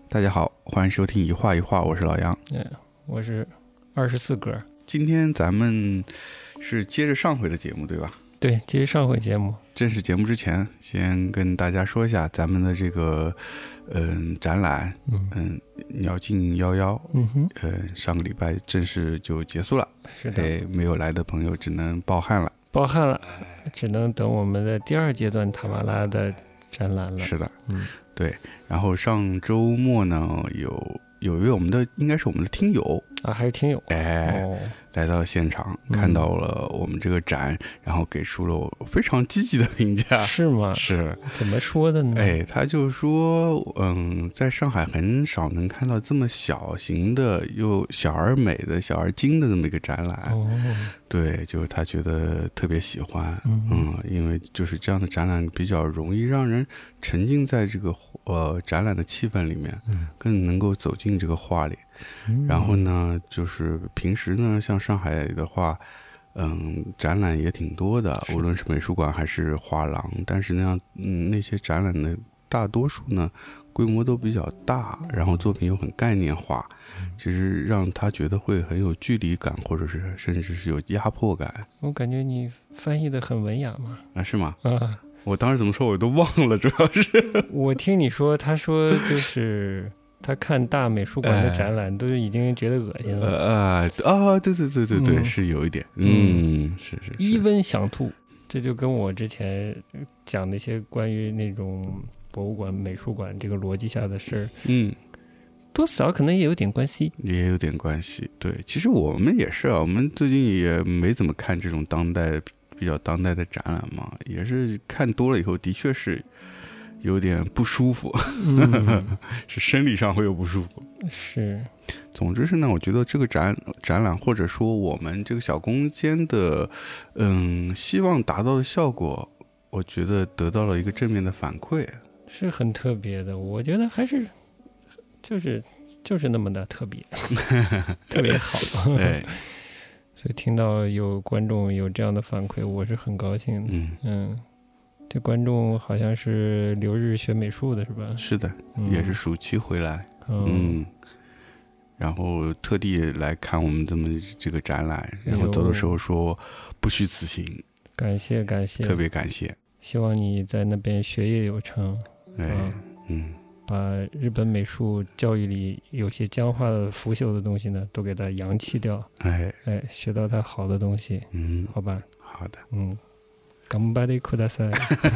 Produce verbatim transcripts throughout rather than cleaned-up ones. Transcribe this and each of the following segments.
大家好，欢迎收听一画一画，我是老杨。 嗯，我是二十四哥。 今天咱们是接着上回的节目，对吧？ 对，接着上回节目。 正式节目之前，先跟大家说一下咱们的这个嗯、呃、展览，嗯、呃，鸟尽夭夭， 嗯哼， 呃，上个礼拜正式就结束了。 是的， 哎，没有来的朋友只能抱憾了， 抱憾了，只能等我们的第二阶段塔马拉的展览了。 是的， 嗯， 对。然后上周末呢，有有一位我们的应该是我们的听友啊，还是听友， 哎。 哦， 来到了现场，看到了我们这个展，嗯、然后给出了我非常积极的评价。 是吗？ 是。 怎么说的呢？ 哎，他就说，嗯，在上海很少能看到这么小型的又小而美的、小而精的这么一个展览。 哦， 对，就是他觉得特别喜欢， 嗯, 嗯，因为就是这样的展览比较容易让人沉浸在这个呃展览的气氛里面， 嗯， 更能够走进这个画里。 嗯、 然后呢，就是平时呢，像上海的话，嗯，展览也挺多的，无论是美术馆还是画廊，但是那样，嗯，那些展览的大多数呢，规模都比较大，然后作品又很概念化，其实让他觉得会很有距离感，或者是甚至是有压迫感。 我感觉你翻译的很文雅嘛。 啊，是吗？ 啊， 我当时怎么说我都忘了，主要是我听你说，他说就是他看大美术馆的展览，都已经觉得恶心了。 呃啊啊，对对对对对，嗯、是有一点，嗯，嗯是是。 一温想吐，这就跟我之前讲那些关于那种博物馆、美术馆这个逻辑下的事儿， 嗯， 多少可能也有点关系， 也有点关系。对，其实我们也是啊，我们最近也没怎么看这种当代比较当代的展览嘛，也是看多了以后，的确是有点不舒服，嗯、是生理上会有不舒服。 是， 总之是呢，我觉得这个展展览或者说我们这个小空间的，嗯，希望达到的效果，我觉得得到了一个正面的反馈， 是很特别的。我觉得还是就是就是那么的特别，特别好。 对， 所以听到有观众有这样的反馈，我是很高兴的。嗯嗯。这观众好像是留日学美术的是吧？ 是的，嗯、也是暑期回来，嗯, 嗯，然后特地来看我们这么这个展览，然后走的时候说不虚此行， 感谢感谢， 特别感谢， 希望你在那边学业有成， 哎，啊、嗯， 把日本美术教育里有些僵化的腐朽的东西呢，都给它扬弃掉， 哎哎，学到它好的东西， 嗯， 好吧， 好的， 嗯。頑張りください。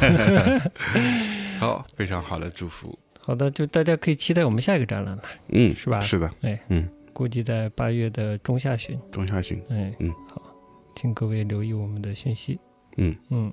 好，非常好的祝福。 好的，就大家可以期待我们下一个展览吧。 嗯， 是吧？ 是的， 哎， 嗯， 估计在八月的中下旬。 中下旬， 哎， 嗯， 好，请各位留意我们的讯息。 嗯嗯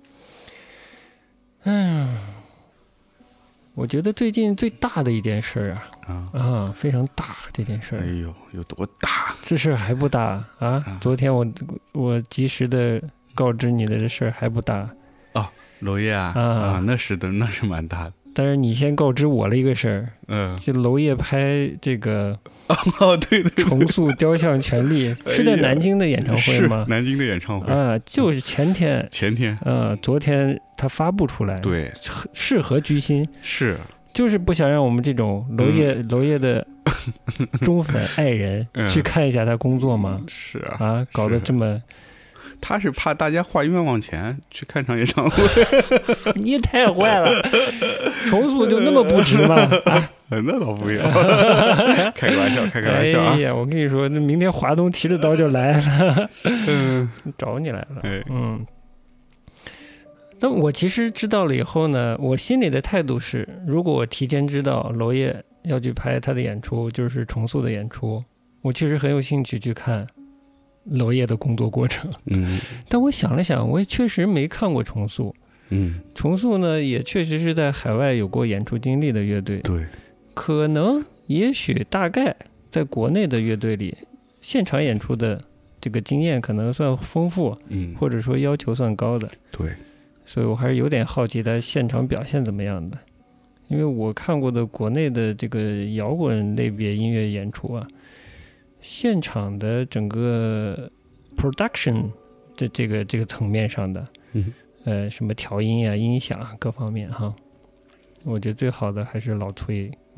嗯，我觉得最近最大的一件事啊，啊啊，非常大这件事。 哎呦，有多大？ 这事还不大啊！啊昨天我我及时的。告知你的这事儿还不大哦，娄烨啊 啊, 啊，那是的，那是蛮大的。 但是你先告知我了一个事儿， 嗯， 就娄烨拍这个哦，对对， 重塑雕像权利是在南京的演唱会吗？ 是南京的演唱会啊，就是前天， 前天， 呃，昨天他发布出来， 对， 是何居心？ 是， 就是不想让我们这种娄烨娄烨的忠粉爱人去看一下他工作吗？ 是啊， 啊，搞得这么。 他是怕大家花冤枉钱去看场演唱会， 你也太坏了，重塑就那么不值吗？啊， 那倒不一样，开个玩笑，开个玩笑啊！ 哎呀，我跟你说，那明天华东提着刀就来了，嗯，找你来了，嗯。那我其实知道了以后呢，我心里的态度是，如果我提前知道娄烨要去拍他的演出，就是重塑的演出，我确实很有兴趣去看。娄烨的工作过程， 嗯， 但我想了想，我也确实没看过重塑， 嗯， 重塑呢也确实是在海外有过演出经历的乐队， 对， 可能也许大概在国内的乐队里，现场演出的这个经验可能算丰富， 嗯， 或者说要求算高的， 对， 所以我还是有点好奇他现场表现怎么样的，因为我看过的国内的这个摇滚类别音乐演出啊。现场的整个 production 的这个这个层面上的， 嗯， 呃，什么调音啊、音响各方面哈，我觉得最好的还是老崔，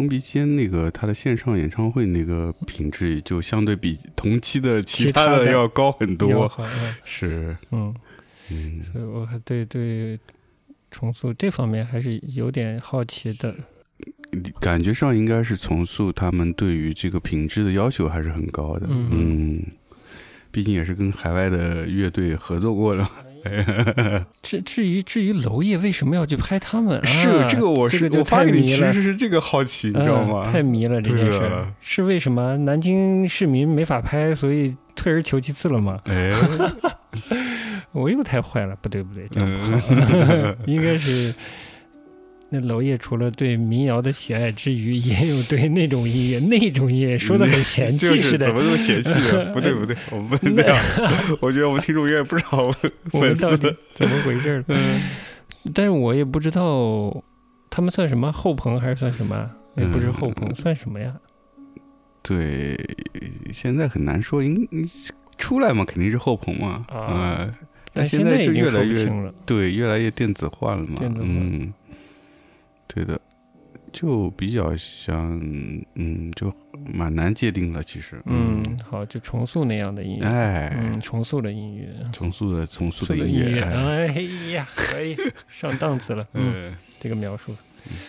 封闭间那个他的线上演唱会那个品质就相对比同期的其他的要高很多，是， 嗯嗯，所以我还对对重塑这方面还是有点好奇的。 感觉上应该是重塑他们对于这个品质的要求还是很高的，嗯，嗯毕竟也是跟海外的乐队合作过了。 至至于至于娄烨为什么要去拍他们， 是、啊、这个我是、这个、我发给你其实是这个好奇，你知道吗？ 啊、太迷了这件事，是为什么南京市民没法拍，所以退而求其次了吗？哎，我又太坏了，不对不对，这样不好，嗯、应该是。那娄烨除了对民谣的喜爱之余，也有对那种音乐，那种音乐说的很嫌弃似的。 怎么这么嫌弃啊？不对不对，我们不能这样。我觉得我们听众应该不知道粉丝怎么回事。嗯，但是我也不知道他们算什么后朋还是算什么，也不是后朋，嗯、算什么呀？ 对，现在很难说，应出来嘛，肯定是后朋嘛。啊、嗯，但现在是越来越对，越来越电子化了嘛。 电子化， 嗯。对的，就比较像，嗯，就蛮难界定了。其实， 嗯，好，就重塑那样的音乐， 哎， 嗯，重塑的音乐， 重塑的重塑的音乐， 哎呀，可以上档次了，嗯，这个描述，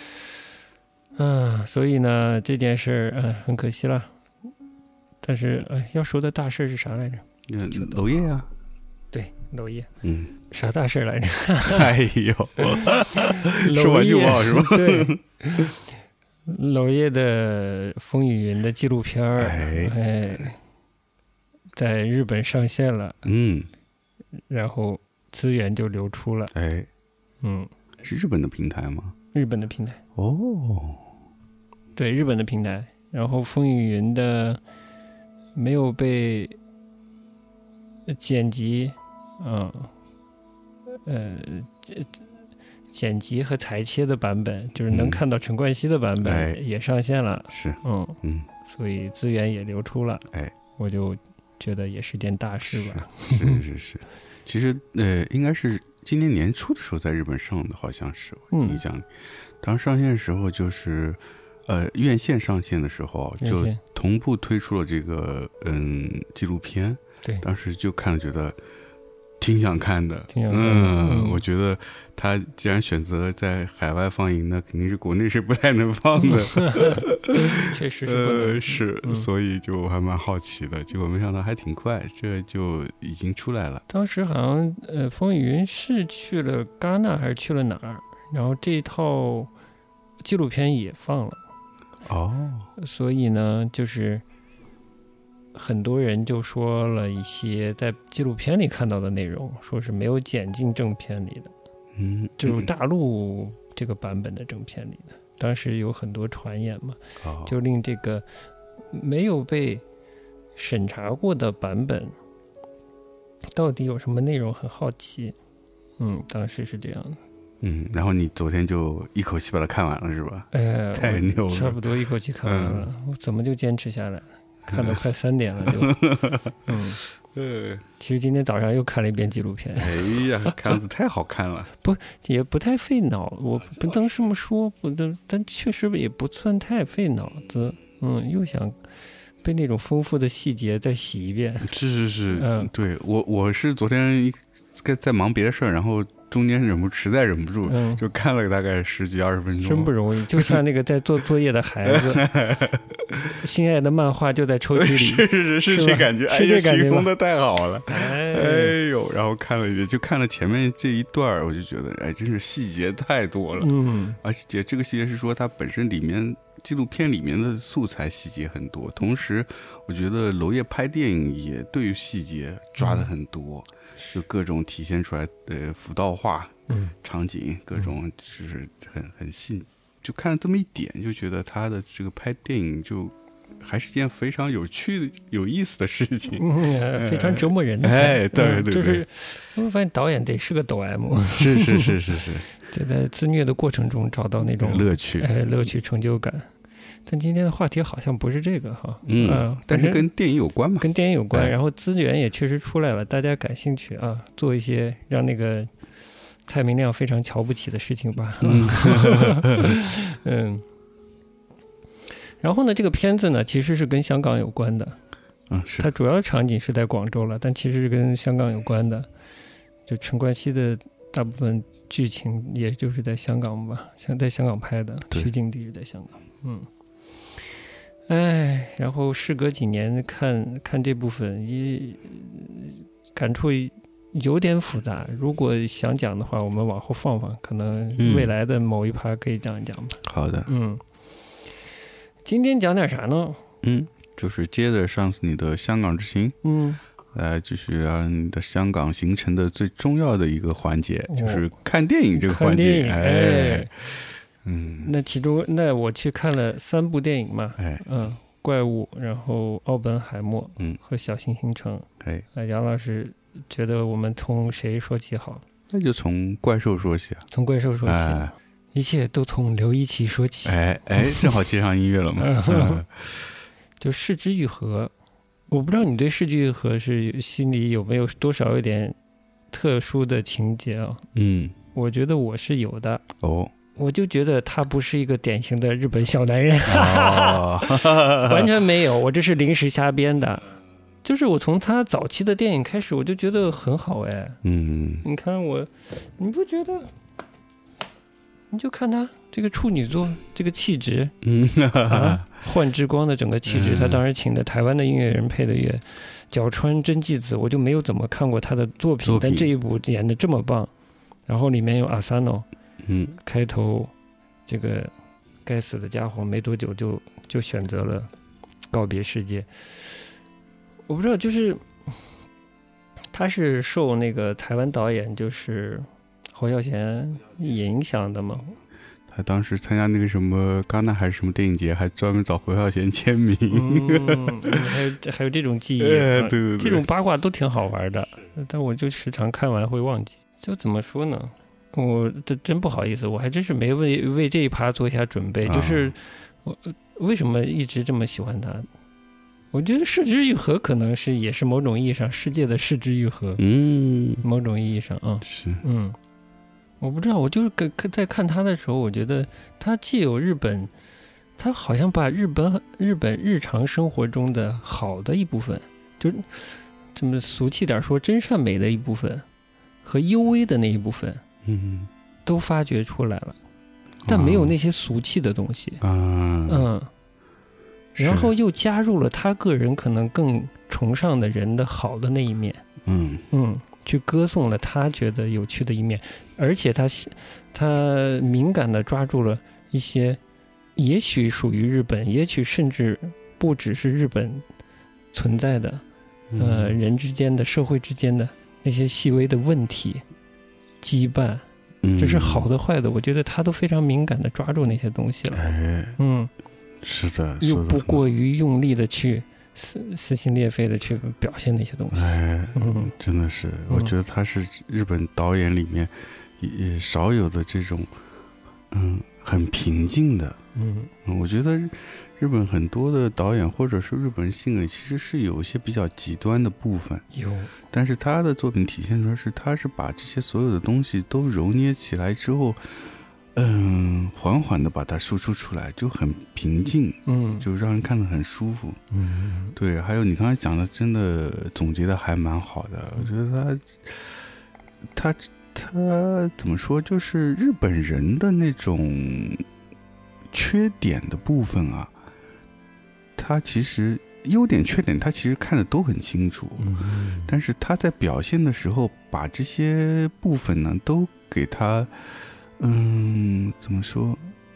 啊，所以呢，这件事，嗯，很可惜了。但是，哎，要说的大事是啥来着？ 娄烨啊。 对，娄烨， 嗯， 啥大事来着？ 哎呦，说完就忘是吧？ 对，娄烨的《风雨云》的纪录片儿，哎, 哎，在日本上线了， 嗯， 然后资源就流出了， 哎， 嗯， 是日本的平台吗？ 日本的平台， 哦， 对，日本的平台，然后《风雨云》的没有被剪辑。嗯，呃，剪辑和裁切的版本，就是能看到陈冠希的版本也上线了， 嗯、是， 嗯嗯， 所以资源也流出了， 哎， 我就觉得也是件大事吧。 是是是是，其实呃，应该是今年年初的时候在日本上的，好像是我印象里，嗯、当上线的时候就是呃院线上线的时候，就同步推出了这个嗯纪录片， 对， 当时就看了觉得。挺想看的， 挺想看的嗯， 嗯我觉得他既然选择在海外放映，那肯定是国内是不太能放的， 确实是不能， 呃、是、嗯，所以就还蛮好奇的。结果没想到还挺快，这就已经出来了。 当时好像呃，风雨云是去了戛纳还是去了哪儿？然后这一套纪录片也放了， 哦， 所以呢，就是。很多人就说了一些在纪录片里看到的内容，说是没有剪进正片里的， 嗯， 就是大陆这个版本的正片里的。当时有很多传言嘛， 哦、 就令这个没有被审查过的版本到底有什么内容很好奇。嗯，当时是这样的。 嗯，然后你昨天就一口气把它看完了是吧？ 哎， 太牛了， 差不多一口气看完了。嗯、我怎么就坚持下来？看到快三点了就，嗯， 呃， 其实今天早上又看了一遍纪录片。 哎呀，看子太好看了， 不也不太费脑，我不能这么说，不，但确实也不算太费脑子。嗯，又想被那种丰富的细节再洗一遍。 是是是， 嗯， 对我我是昨天在忙别的事儿，然后。中间忍不实在忍不住、嗯，就看了大概十几二十分钟， 真不容易。就像那个在做作业的孩子，心爱的漫画就在抽屉里， 是是是是这感觉， 是这感觉， 形容的太好了， 哎, 哎呦，然后看了一遍，就看了前面这一段，我就觉得，哎，真是细节太多了， 嗯， 而且这个细节是说它本身里面纪录片里面的素材细节很多，同时我觉得娄烨拍电影也对于细节抓的很多。嗯，就各种体现出来的服道化， 嗯， 场景各种就是很很细，就看了这么一点，就觉得他的这个拍电影就还是件非常有趣、有意思的事情， 嗯，非常折磨人的。 哎，对对对， 就是我发现导演得是个抖 M， 是是是是是， 就在自虐的过程中找到那种乐趣， 哎，乐趣成就感。但今天的话题好像不是这个哈， 嗯， 呃、 但是跟电影有关嘛， 跟电影有关，然后资源也确实出来了，大家感兴趣啊，做一些让那个蔡明亮非常瞧不起的事情吧。嗯，嗯然后呢，这个片子呢其实是跟香港有关的， 嗯，是它主要场景是在广州了，但其实是跟香港有关的。就陈冠希的大部分剧情也就是在香港吧，像在香港拍的，取景地是在香港。嗯，哎，然后事隔几年看看这部分，也感触有点复杂。如果想讲的话，我们往后放放，可能未来的某一趴可以讲一讲吧。 嗯、好的， 嗯。今天讲点啥呢？ 嗯，就是接着上次你的香港之行， 嗯， 来继续聊你的香港行程的最重要的一个环节，哦、就是看电影这个环节。哎，嗯， 那其中那我去看了三部电影嘛， 哎， 嗯，怪物，然后奥本海默， 嗯， 和小行星城。 哎， 呃，杨老师觉得我们从谁说起好？ 那就从怪兽说起啊。 从怪兽说起。 哎， 一切都从刘一奇说起。 哎哎，正好接上音乐了嘛。 嗯、就是枝裕和，我不知道你对是枝裕和是心里有没有多少有点特殊的情节啊？ 嗯， 我觉得我是有的。 哦， 我就觉得他不是一个典型的日本小男人，哦、完全没有，我这是临时瞎编的。就是我从他早期的电影开始，我就觉得很好哎。 嗯， 你看我，你不觉得？你就看他这个处女座这个气质， 嗯， 啊，幻之光的整个气质，他当时请的台湾的音乐人配的乐，角川真纪子，我就没有怎么看过他的作品， 作品但这一部演的这么棒，然后里面有阿萨诺， 嗯， 开头这个该死的家伙没多久就就选择了告别世界，我不知道，就是他是受那个台湾导演就是侯孝贤影响的嘛。 他当时参加那个什么戛纳还是什么电影节，还专门找侯孝贤签名。 嗯，还有还有这种记忆， 哎、对对对， 这种八卦都挺好玩的，但我就时常看完会忘记。就怎么说呢？我这真不好意思，我还真是没为为这一趴做一下准备。就是我为什么一直这么喜欢他？我觉得是枝裕和可能是也是某种意义上世界的是枝裕和， 嗯， 某种意义上啊， 是， 嗯。我不知道，我就是在看他的时候，我觉得他既有日本，他好像把日本日本日常生活中的好的一部分，就这么俗气点说，真善美的一部分和幽微的那一部分， 嗯， 都发掘出来了，但没有那些俗气的东西， 啊、 嗯，然后又加入了他个人可能更崇尚的人的好的那一面， 嗯嗯。去歌颂了他觉得有趣的一面，而且他他敏感地抓住了一些也许属于日本，也许甚至不只是日本存在的呃人之间的社会之间的那些细微的问题羁绊，这是好的坏的，我觉得他都非常敏感地抓住那些东西了。 哎， 嗯， 是的， 又不过于用力的去撕撕心裂肺的去表现那些东西， 哎， 嗯， 真的是，我觉得他是日本导演里面也少有的这种，嗯，很平静的， 嗯， 我觉得日本很多的导演或者是日本人性格其实是有一些比较极端的部分， 有， 但是他的作品体现出来是他是把这些所有的东西都揉捏起来之后。嗯，缓缓的把它输出出来，就很平静， 嗯， 就让人看得很舒服， 嗯， 对。还有你刚才讲的，真的总结的还蛮好的。我觉得他，他，他怎么说，就是日本人的那种缺点的部分啊，他其实优点、缺点，他其实看得都很清楚。 嗯， 但是他在表现的时候，把这些部分呢，都给他。嗯，怎么说？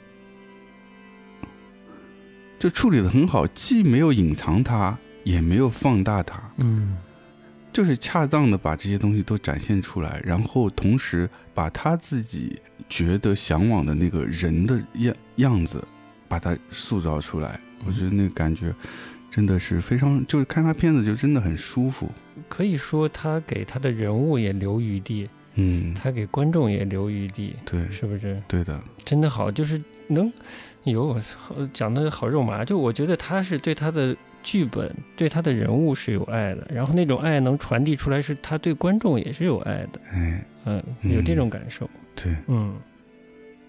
就处理得很好，既没有隐藏它，也没有放大它， 嗯， 就是恰当的把这些东西都展现出来，然后同时把他自己觉得向往的那个人的样样子，把它塑造出来。我觉得那个感觉真的是非常，就是看他片子就真的很舒服。 可以说他给他的人物也留余地。 嗯， 他给观众也留余地， 对， 是不是？ 对的， 真的好，就是能有讲的好肉麻。就我觉得他是对他的剧本、对他的人物是有爱的，然后那种爱能传递出来，是他对观众也是有爱的。 哎， 嗯，有这种感受。 对， 嗯，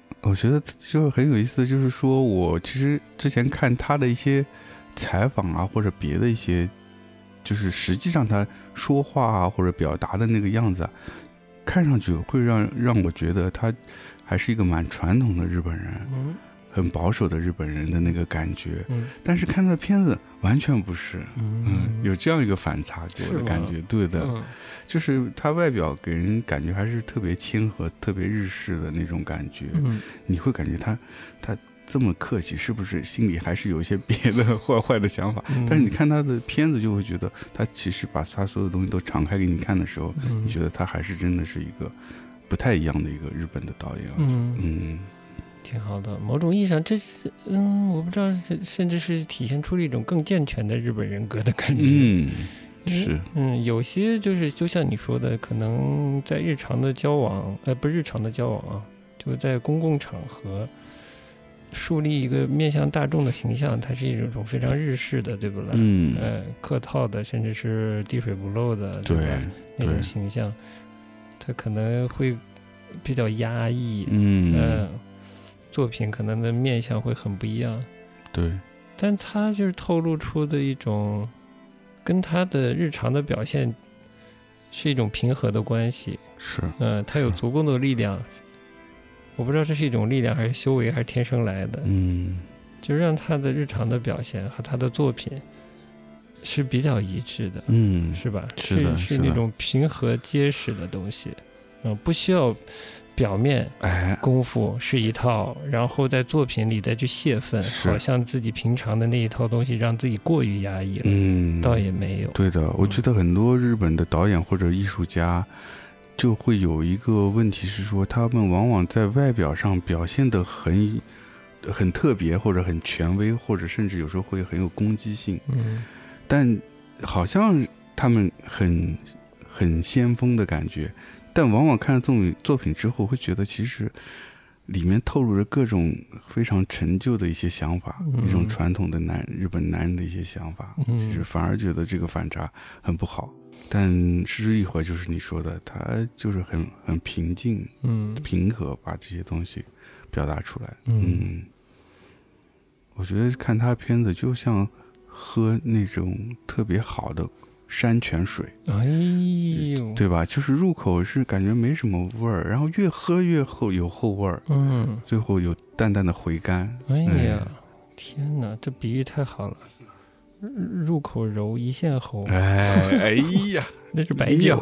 我觉得就很有意思，就是说我其实之前看他的一些采访啊，或者别的一些，就是实际上他说话啊或者表达的那个样子啊，看上去会让让我觉得他还是一个蛮传统的日本人， 嗯， 很保守的日本人的那个感觉。 嗯， 但是看他的片子完全不是， 嗯， 嗯，有这样一个反差给我的感觉。对的， 嗯， 就是他外表给人感觉还是特别谦和、特别日式的那种感觉。 嗯， 你会感觉他他这么客气，是不是心里还是有一些别的坏坏的想法？ 嗯， 但是你看他的片子，就会觉得他其实把他所有东西都敞开给你看的时候， 嗯， 你觉得他还是真的是一个不太一样的一个日本的导演。 嗯嗯， 挺好的。某种意义上，这是嗯，我不知道，甚至是体现出了一种更健全的日本人格的感觉。 嗯，是， 嗯，有些就是就像你说的，可能在日常的交往，呃，不是日常的交往啊，就在公共场合树立一个面向大众的形象，它是一种非常日式的，对不啦？ 嗯， 呃，客套的，甚至是滴水不漏的，对吧？ 对， 那种形象，它可能会比较压抑， 嗯、 呃，作品可能的面相会很不一样， 对， 但它就是透露出的一种跟他的日常的表现是一种平和的关系， 是， 嗯、呃，他有足够的力量，我不知道这是一种力量还是修为还是天生来的， 嗯， 就让他的日常的表现和他的作品是比较一致的， 嗯， 是吧？ 是的， 是那种平和结实的东西，嗯、呃，不需要表面功夫是一套， 哎、 然后在作品里再去泄愤，好像自己平常的那一套东西让自己过于压抑了， 嗯， 倒也没有。 对的，我觉得很多日本的导演或者艺术家就会有一个问题是说，他们往往在外表上表现得很很特别，或者很权威，或者甚至有时候会很有攻击性， 嗯， 但好像他们很很先锋的感觉，但往往看了作品作品之后，会觉得其实里面透露着各种非常陈旧的一些想法， 嗯、 一种传统的男日本男人的一些想法， 嗯、 其实反而觉得这个反差很不好。但失之愈合就是你说的，他就是很很平静、 嗯， 平和，把这些东西表达出来。 嗯， 嗯，我觉得看他片子就像喝那种特别好的山泉水， 哎呦， 对吧？就是入口是感觉没什么味儿，然后越喝越后有后味儿， 嗯， 最后有淡淡的回甘。 哎呀，哎、天哪，这比喻太好了！入口柔，一线喉。 哎哎呀， 那是白酒。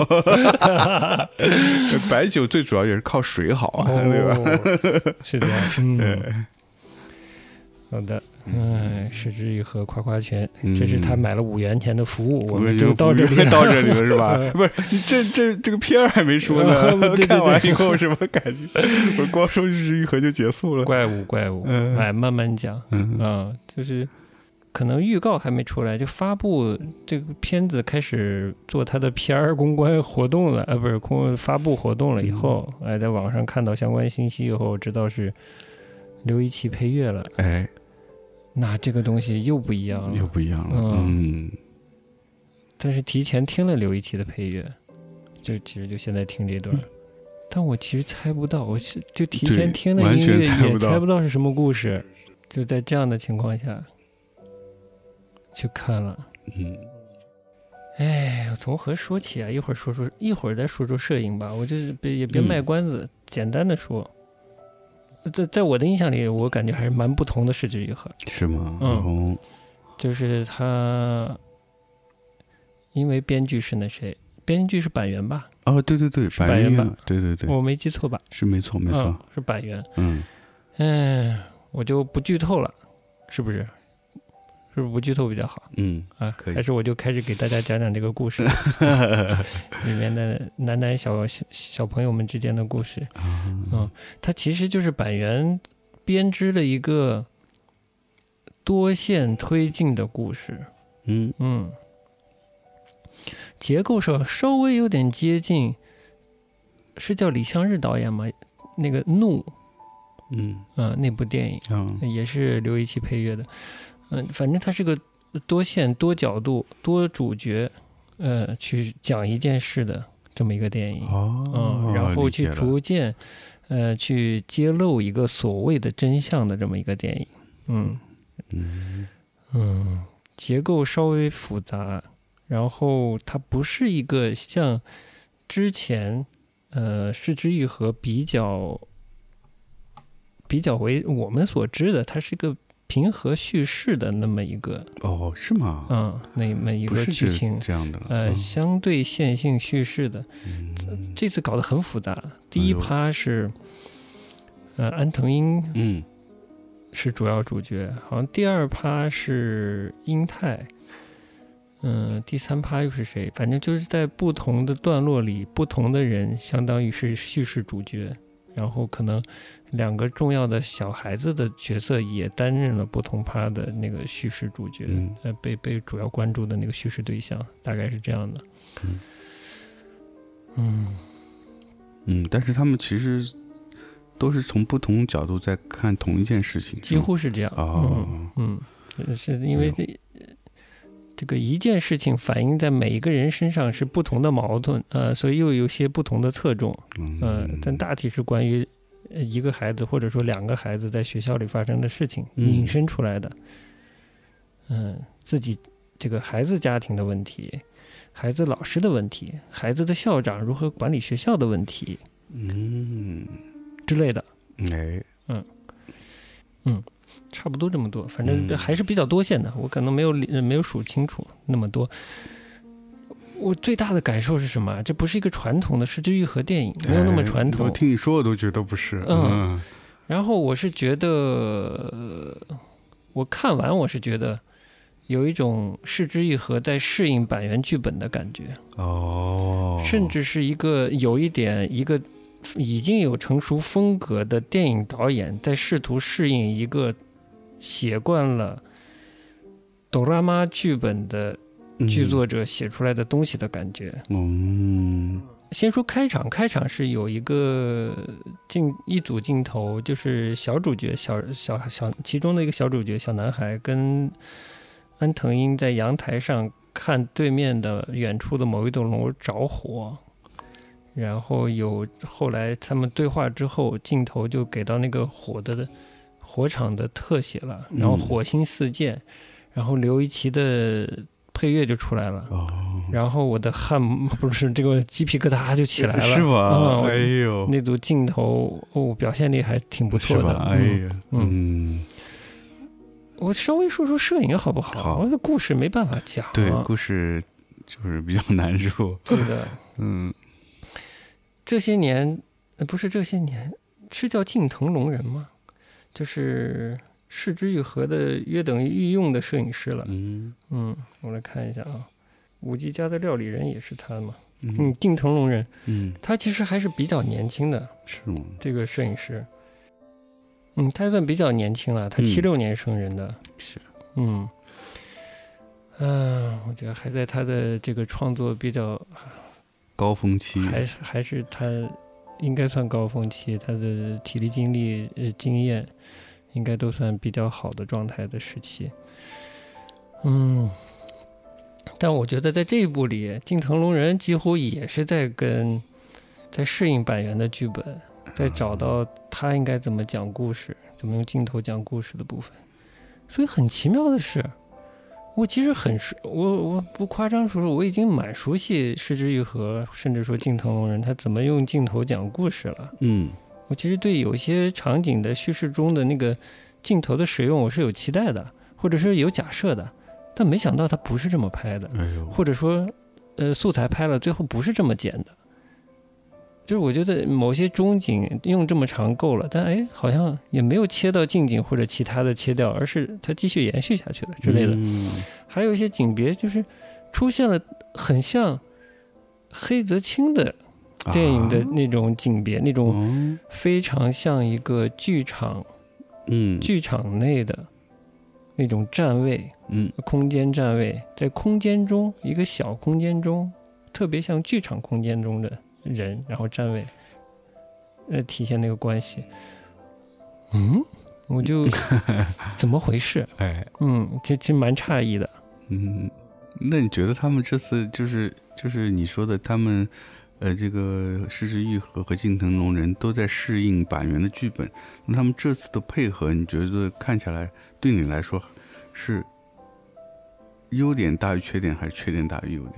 白酒最主要也是靠水好啊， 哦、 对吧？ 是这样。嗯，好的。嗯，失之愈合夸夸拳， 嗯、 这是他买了五元钱的服务，我们就到这里了， 到这里了是吧？不是，这这这个片儿还没说呢， 对对对， 看完以后什么感觉？我光说失之愈合就结束了。 怪物怪物， 嗯、 哎，慢慢讲， 嗯啊，就是可能预告还没出来，就发布这个片子开始做他的 P R 公关活动了，啊，不是公发布活动了以后， 嗯、 哎，在网上看到相关信息以后，知道是刘一奇配乐了， 哎。 那这个东西又不一样了， 又不一样了， 嗯。但是提前听了刘一奇的配乐，就其实就现在听这段，嗯、但我其实猜不到，我是就提前听了音乐也猜不到是什么故事，就在这样的情况下去看了， 嗯。 哎，我从何说起啊？一会儿说说，一会儿再说说摄影吧。我就是别也别卖关子，嗯、简单的说。在在我的印象里，我感觉还是蛮不同的。失之愈合是吗？ 嗯，就是他，因为编剧是那谁，编剧是板垣吧？ 哦，对对对， 板垣吧？ 对对对， 我没记错吧？ 是没错没错， 嗯、是板垣。 嗯， 嗯，我就不剧透了，是不是？是不是不剧透比较好？ 嗯啊， 可以。 还是我就开始给大家讲讲这个故事里面的男男小小小朋友们之间的故事。 嗯， 嗯，它其实就是板垣编织的一个多线推进的故事。 嗯嗯，结构上稍微有点接近，是叫李相日导演吗？那个《怒》。 嗯嗯，那部电影、 嗯、 也是刘一奇配乐的。嗯，反正它是个多线、多角度、多主角，呃，去讲一件事的这么一个电影。 哦， 嗯，然后去逐渐， 呃，去揭露一个所谓的真相的这么一个电影。嗯嗯嗯，结构稍微复杂，然后它不是一个像之前呃《是枝裕和》比较比较为我们所知的，它是一个平和叙事的那么一个哦，是吗？ 嗯，那么一个剧情这样的， 呃， 嗯、 相对线性叙事的、 嗯， 这次搞得很复杂。第一趴是、哎、呃安藤樱， 嗯， 是主要主角，好像第二趴是英泰，嗯、呃，第三趴又是谁？反正就是在不同的段落里，不同的人相当于是叙事主角。然后可能两个重要的小孩子的角色也担任了不同趴的那个叙事主角，嗯、呃，被被主要关注的那个叙事对象，大概是这样的。嗯嗯嗯，但是他们其实都是从不同角度在看同一件事情， 几乎是这样。 哦， 嗯，嗯是因为这、嗯、这个一件事情反映在每一个人身上是不同的矛盾，呃，所以又有些不同的侧重，呃，但大体是关于一个孩子或者说两个孩子在学校里发生的事情引申出来的，嗯、呃，自己这个孩子家庭的问题，孩子老师的问题，孩子的校长如何管理学校的问题， 嗯， 之类的， 哎， 嗯嗯。差不多这么多，反正还是比较多线的，我可能没有没有数清楚那么多。我最大的感受是什么？这不是一个传统的是枝裕和电影，没有那么传统。 我听你说，我都觉得不是。 嗯。然后我是觉得，我看完我是觉得有一种是枝裕和在适应板垣剧本的感觉。 哦。 甚至是一个有一点一个已经有成熟风格的电影导演在试图适应一个写惯了哆啦 A 剧本的剧作者写出来的东西的感觉。 嗯， 先说开场，开场是有一个镜一组镜头，就是小主角小小小其中的一个小主角小男孩跟安藤樱在阳台上看对面的远处的某一栋楼着火。然后有后来他们对话之后，镜头就给到那个火的火场的特写了，然后火星四溅，嗯、然后刘一奇的配乐就出来了， 哦、 然后我的汗不是这个鸡皮疙瘩就起来了， 是吧？ 嗯、 哎呦， 那组镜头哦，表现力还挺不错的， 是吧？哎呀， 嗯。嗯我稍微说说摄影好不好？ 好， 我的故事没办法讲、啊， 对，故事就是比较难说， 对的， 嗯。 这些年，不是这些年，是叫近藤隆人吗？就是是枝裕和的约等于御用的摄影师了。 嗯嗯，我来看一下啊，五 G 家的料理人也是他嘛。 嗯， 嗯近藤隆人， 嗯， 他其实还是比较年轻的， 是吗？ 这个摄影师，嗯，他算比较年轻了，他七六年生人的， 是， 嗯，啊，我觉得还在他的这个创作比较。 高峰期， 还是还是他应该算高峰期，他的体力、精力、呃经验，应该都算比较好的状态的时期。嗯，但我觉得在这一部里，近藤隆人几乎也是在跟在适应板垣的剧本，在找到他应该怎么讲故事，怎么用镜头讲故事的部分。所以很奇妙的是。我其实很熟，我我不夸张说，我已经蛮熟悉是枝裕和，甚至说近藤隆人他怎么用镜头讲故事了。 嗯， 我其实对有些场景的叙事中的那个镜头的使用，我是有期待的，或者是有假设的，但没想到他不是这么拍的， 哎呦， 或者说，呃，素材拍了，最后不是这么剪的。就是我觉得某些中景用这么长够了，但哎，好像也没有切到近景或者其他的切掉，而是它继续延续下去了之类的。 嗯、 还有一些景别就是出现了很像黑泽清的电影的那种景别，啊、那种非常像一个剧场， 嗯， 剧场内的那种站位， 嗯， 空间站位，在空间中一个小空间中，特别像剧场空间中的。人，然后站位，呃，体现那个关系。嗯，我就怎么回事？ 哎， 嗯，其实蛮诧异的。 嗯，那你觉得他们这次就是就是你说的他们， 呃，这个是枝裕和和近藤隆人都在适应板垣的剧本，那他们这次的配合，你觉得看起来对你来说是优点大于缺点，还是缺点大于优点？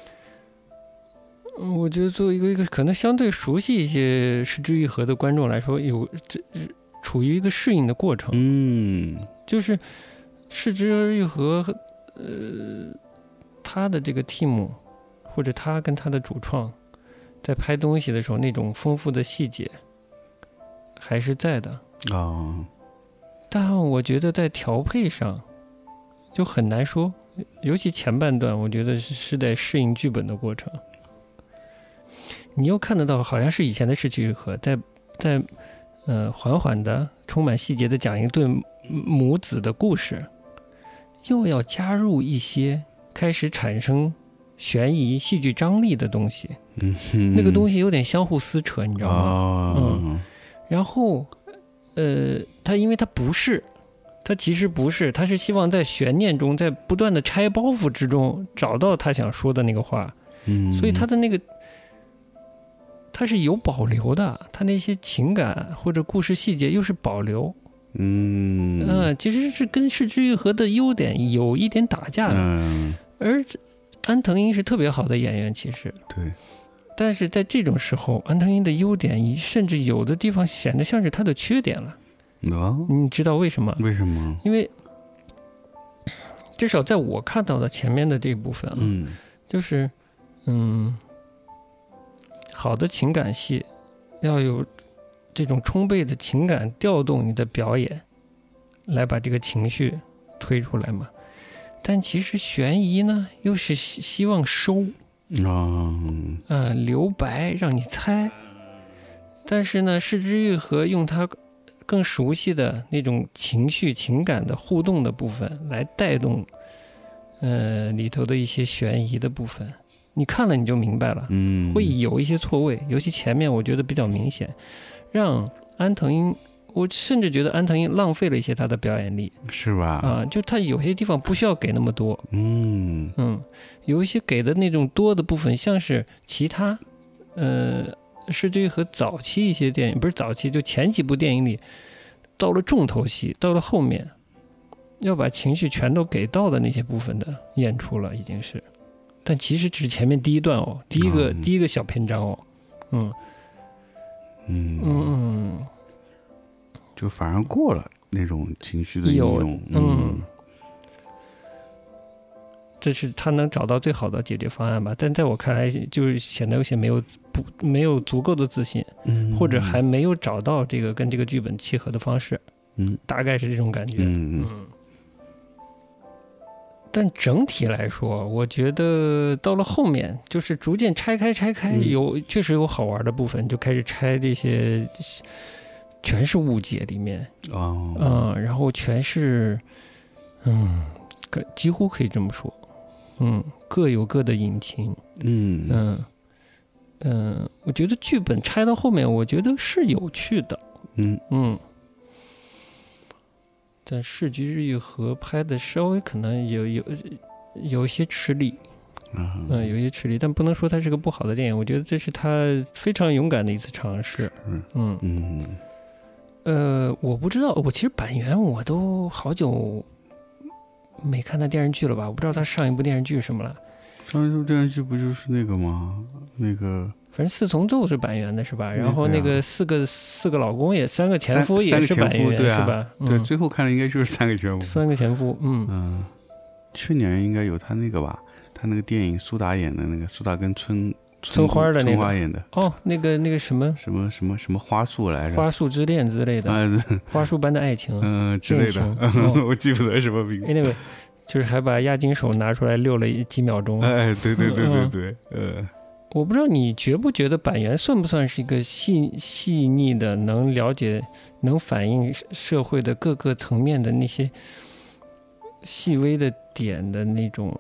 嗯，我觉得作为一个一个可能相对熟悉一些是枝裕和的观众来说，有这处于一个适应的过程。 嗯， 就是是枝裕和呃他的这个 team 或者他跟他的主创在拍东西的时候，那种丰富的细节还是在的哦。 但我觉得在调配上就很难说，尤其前半段，我觉得是在适应剧本的过程。你又看得到，好像是以前的是枝裕和在在呃缓缓的、充满细节的讲一对母子的故事，又要加入一些开始产生悬疑、戏剧张力的东西。 嗯， 那个东西有点相互撕扯，你知道吗？ 哦、 嗯。然后，呃，他因为他不是。他其实不是，他是希望在悬念中，在不断的拆包袱之中找到他想说的那个话， 嗯， 所以他的那个他是有保留的，他那些情感或者故事细节又是保留， 嗯呃、其实是跟是枝裕和的优点有一点打架的， 嗯， 而安藤樱是特别好的演员，其实对， 但是在这种时候，安藤樱的优点甚至有的地方显得像是他的缺点了。 哦， 你知道为什么？ 为什么？ 因为至少在我看到的前面的这部分啊， 嗯， 就是嗯，好的情感戏要有这种充沛的情感调动你的表演，来把这个情绪推出来嘛。但其实悬疑呢，又是希望收啊， 呃，留白让你猜。但是呢，是枝裕和用他更熟悉的那种情绪情感的互动的部分来带动呃里头的一些悬疑的部分，你看了你就明白了， 嗯， 会有一些错位，尤其前面我觉得比较明显，让安藤樱，我甚至觉得安藤樱浪费了一些他的表演力， 是吧？ 啊，就他有些地方不需要给那么多， 嗯嗯，有一些给的那种多的部分，像是其他呃是枝裕和早期一些电影，不是早期，就前几部电影里，到了重头戏，到了后面，要把情绪全都给到的那些部分的演出了，已经是，但其实只是前面第一段哦，第一个、嗯、第一个小篇章哦，嗯嗯嗯嗯， 就反而过了那种情绪的应用， 嗯。嗯这是他能找到最好的解决方案吧，但在我看来，就是显得有些没有不没有足够的自信， 嗯， 或者还没有找到这个跟这个剧本契合的方式， 嗯， 大概是这种感觉， 嗯嗯。但整体来说，我觉得到了后面，就是逐渐拆开拆开， 嗯、 有确实有好玩的部分，就开始拆这些，全是误解里面， 哦， 嗯，然后全是，嗯，几乎可以这么说。嗯，各有各的隐情。 嗯嗯嗯，我觉得剧本拆到后面，我觉得是有趣的。 嗯嗯，但是枝裕和拍的稍微可能有有有一些吃力， 嗯、 呃，有一些吃力，但不能说它是个不好的电影。我觉得这是他非常勇敢的一次尝试。 嗯嗯嗯， 呃，我不知道，我其实板垣我都好久没看他电视剧了吧？我不知道他上一部电视剧是什么了。 上一部电视剧不就是那个吗？那个反正四重奏是板垣的是吧？然后那个四个四个老公也三个前夫也是板垣， 对啊、 是吧？ 对， 嗯、 最后看的应该就是三个前夫。 三个前夫，嗯嗯，去年应该有他那个吧？他那个电影苏打演的那个苏打跟春春花的那个春花演的哦，那个那个什么什么什么什么花束来着？ 花束之恋之类的， 啊、 花束般的爱情， 嗯、呃、之类的，哦、我记不得什么名字。 Anyway， 就是还把押金手拿出来溜了几秒钟。 哎，对对对对对，嗯、呃， 我不知道你觉不觉得板垣算不算是一个细细腻的，能了解、能反映社会的各个层面的那些细微的点的那种。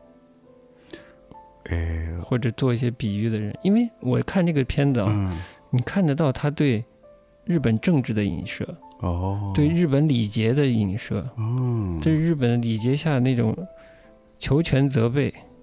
哎， 或者做一些比喻的人，因为我看这个片子啊、 嗯， 你看得到他对日本政治的影射， 哦， 对日本礼节的影射， 哦， 对日本礼节下那种求全责备，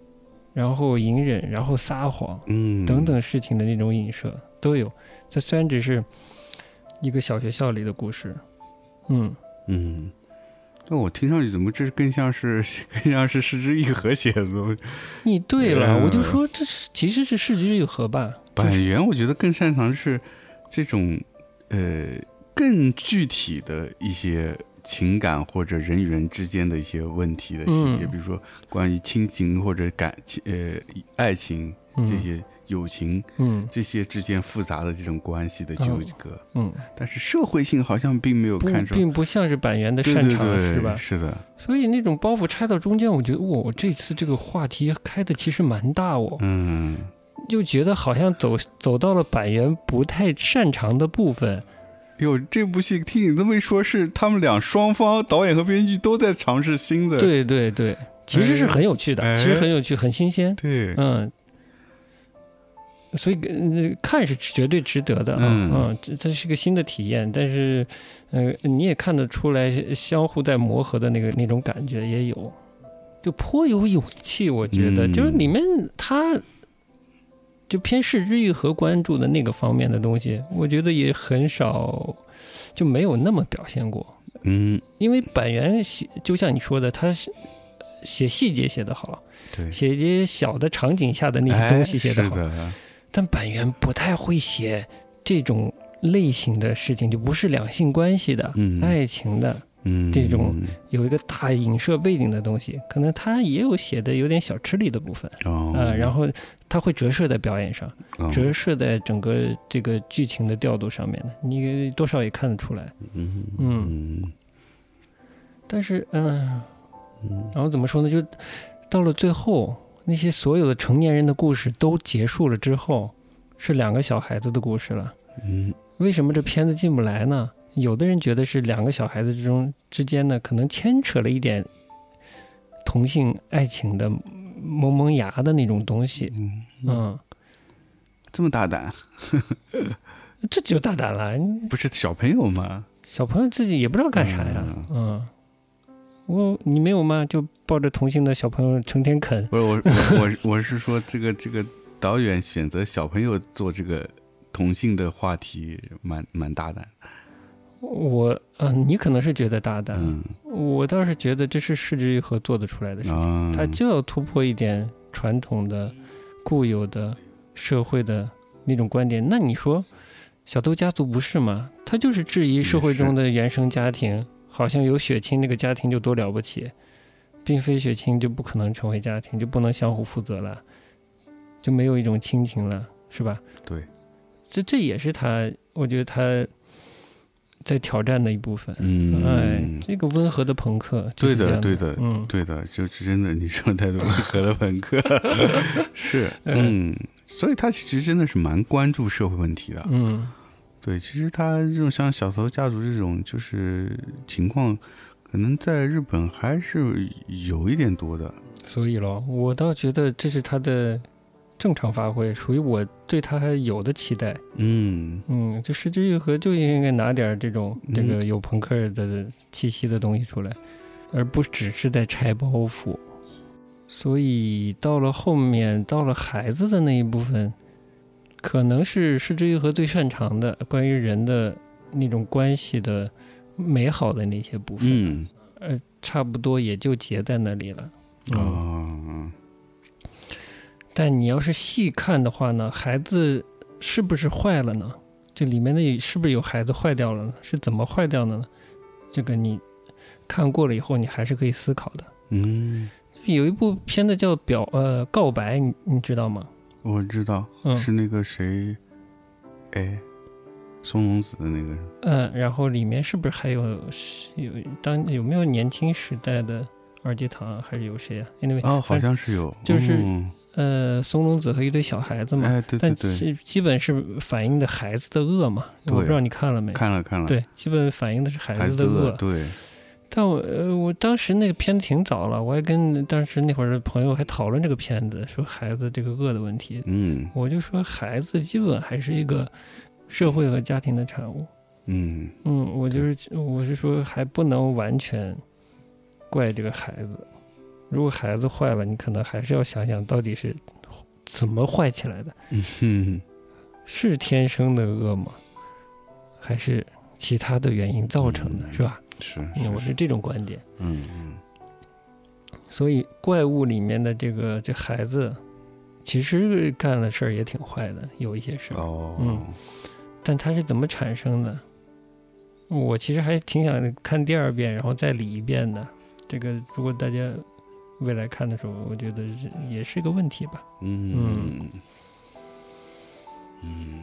然后隐忍，然后撒谎， 嗯， 等等事情的那种影射都有。这虽然只是一个小学校里的故事，嗯嗯，那我听上去怎么这更像是更像是是枝裕和写的东西？ 你对了，嗯、我就说这是其实是是枝裕和吧。 板垣我觉得更擅长是这种呃更具体的一些情感或者人与人之间的一些问题的细节，嗯、比如说关于亲情或者感情呃爱情这些友情，嗯，这些之间复杂的这种关系的纠葛，嗯，但是社会性好像并没有看出， 并不像是板垣的擅长， 对对对， 是吧？ 是的。 所以那种包袱拆到中间，我觉得我、哦、这次这个话题开的其实蛮大哦，嗯，就觉得好像走走到了板垣不太擅长的部分。 哟，这部戏听你这么一说，是他们俩双方导演和编剧都在尝试新的， 对对对，其实是很有趣的，哎、其实很有趣，很新鲜， 对， 嗯。所以、呃、看是绝对值得的啊，嗯，嗯这这是个新的体验，但是，呃，你也看得出来相互在磨合的那个那种感觉也有，就颇有勇气，我觉得、嗯、就是里面他就偏是枝裕和关注的那个方面的东西，我觉得也很少，就没有那么表现过，嗯，因为板垣写就像你说的，他写细节写得好， 对， 写一些小的场景下的那些东西写得好。 哎，是的。 但板垣不太会写这种类型的事情，就不是两性关系的、嗯、爱情的、嗯、这种有一个大影射背景的东西，可能他也有写的有点小吃力的部分、哦呃、然后他会折射在表演上、哦、折射在整个这个剧情的调度上面的，你多少也看得出来。嗯嗯，但是嗯、呃，然后怎么说呢，就到了最后那些所有的成年人的故事都结束了之后，是两个小孩子的故事了。嗯，为什么这片子进不来呢？有的人觉得是两个小孩子之中之间呢，可能牵扯了一点同性爱情的萌萌芽的那种东西。嗯，嗯这么大胆， 这就大胆了。 不是小朋友吗？ 小朋友自己也不知道干啥呀。嗯。嗯我你没有吗？就抱着同性的小朋友成天啃。 不是我我我我是说这个这个导演选择小朋友做这个同性的话题，蛮蛮大胆。 我嗯、呃，你可能是觉得大胆，嗯、我倒是觉得这是是枝裕和做得出来的事情。嗯、他就要突破一点传统的、固有的社会的那种观点。那你说，小偷家族不是吗？他就是质疑社会中的原生家庭。好像有血亲那个家庭就多了不起，并非血亲就不可能成为家庭，就不能相互负责了，就没有一种亲情了，是吧？ 对， 这这也是他，我觉得他在挑战的一部分。嗯，哎，这个温和的朋克， 对的，对的，嗯，对的，就是真的，你说他的温和的朋克是，嗯，所以他其实真的是蛮关注社会问题的，嗯。对，其实他这种像小偷家族这种就是情况，可能在日本还是有一点多的。 所以咯，我倒觉得这是他的正常发挥，属于我对他还有的期待。嗯嗯，就是枝裕和就应该拿点这种、嗯、这个有朋克的气息的东西出来，而不只是在拆包袱。所以到了后面，到了孩子的那一部分。可能是是枝裕和最擅长的关于人的那种关系的美好的那些部分，嗯，呃，差不多也就结在那里了。嗯，哦、但你要是细看的话呢，孩子是不是坏了呢？这里面的是不是有孩子坏掉了呢？是怎么坏掉的呢？这个你看过了以后，你还是可以思考的。嗯，有一部片子叫表呃告白，你你知道吗？ 我知道，嗯、是那个谁，哎，松隆子的那个人。 嗯，然后里面是不是还有有当有没有年轻时代的二阶堂、啊、还是有谁啊？因为哦，好像是有， 就是、嗯、呃，松隆子和一堆小孩子嘛， 哎，对对对， 但基本是反映的孩子的恶嘛。我不知道你看了没？ 看了看了。 对，基本反映的是孩子的恶。 对。 但我呃，我当时那个片子挺早了，我还跟当时那会儿的朋友还讨论这个片子，说孩子这个恶的问题。嗯，我就说孩子基本还是一个社会和家庭的产物。嗯嗯，我就是我是说还不能完全怪这个孩子。 如果孩子坏了，你可能还是要想想到底是怎么坏起来的， 嗯， 是天生的恶吗？还是其他的原因造成的， 嗯、 是吧？ 是， 是我是这种观点。 嗯嗯。 所以怪物里面的这个这孩子，其实干的事儿也挺坏的，有一些事儿。 哦。 嗯。但他是怎么产生的？我其实还挺想看第二遍，然后再理一遍的。这个如果大家未来看的时候，我觉得也是一个问题吧。 嗯嗯嗯。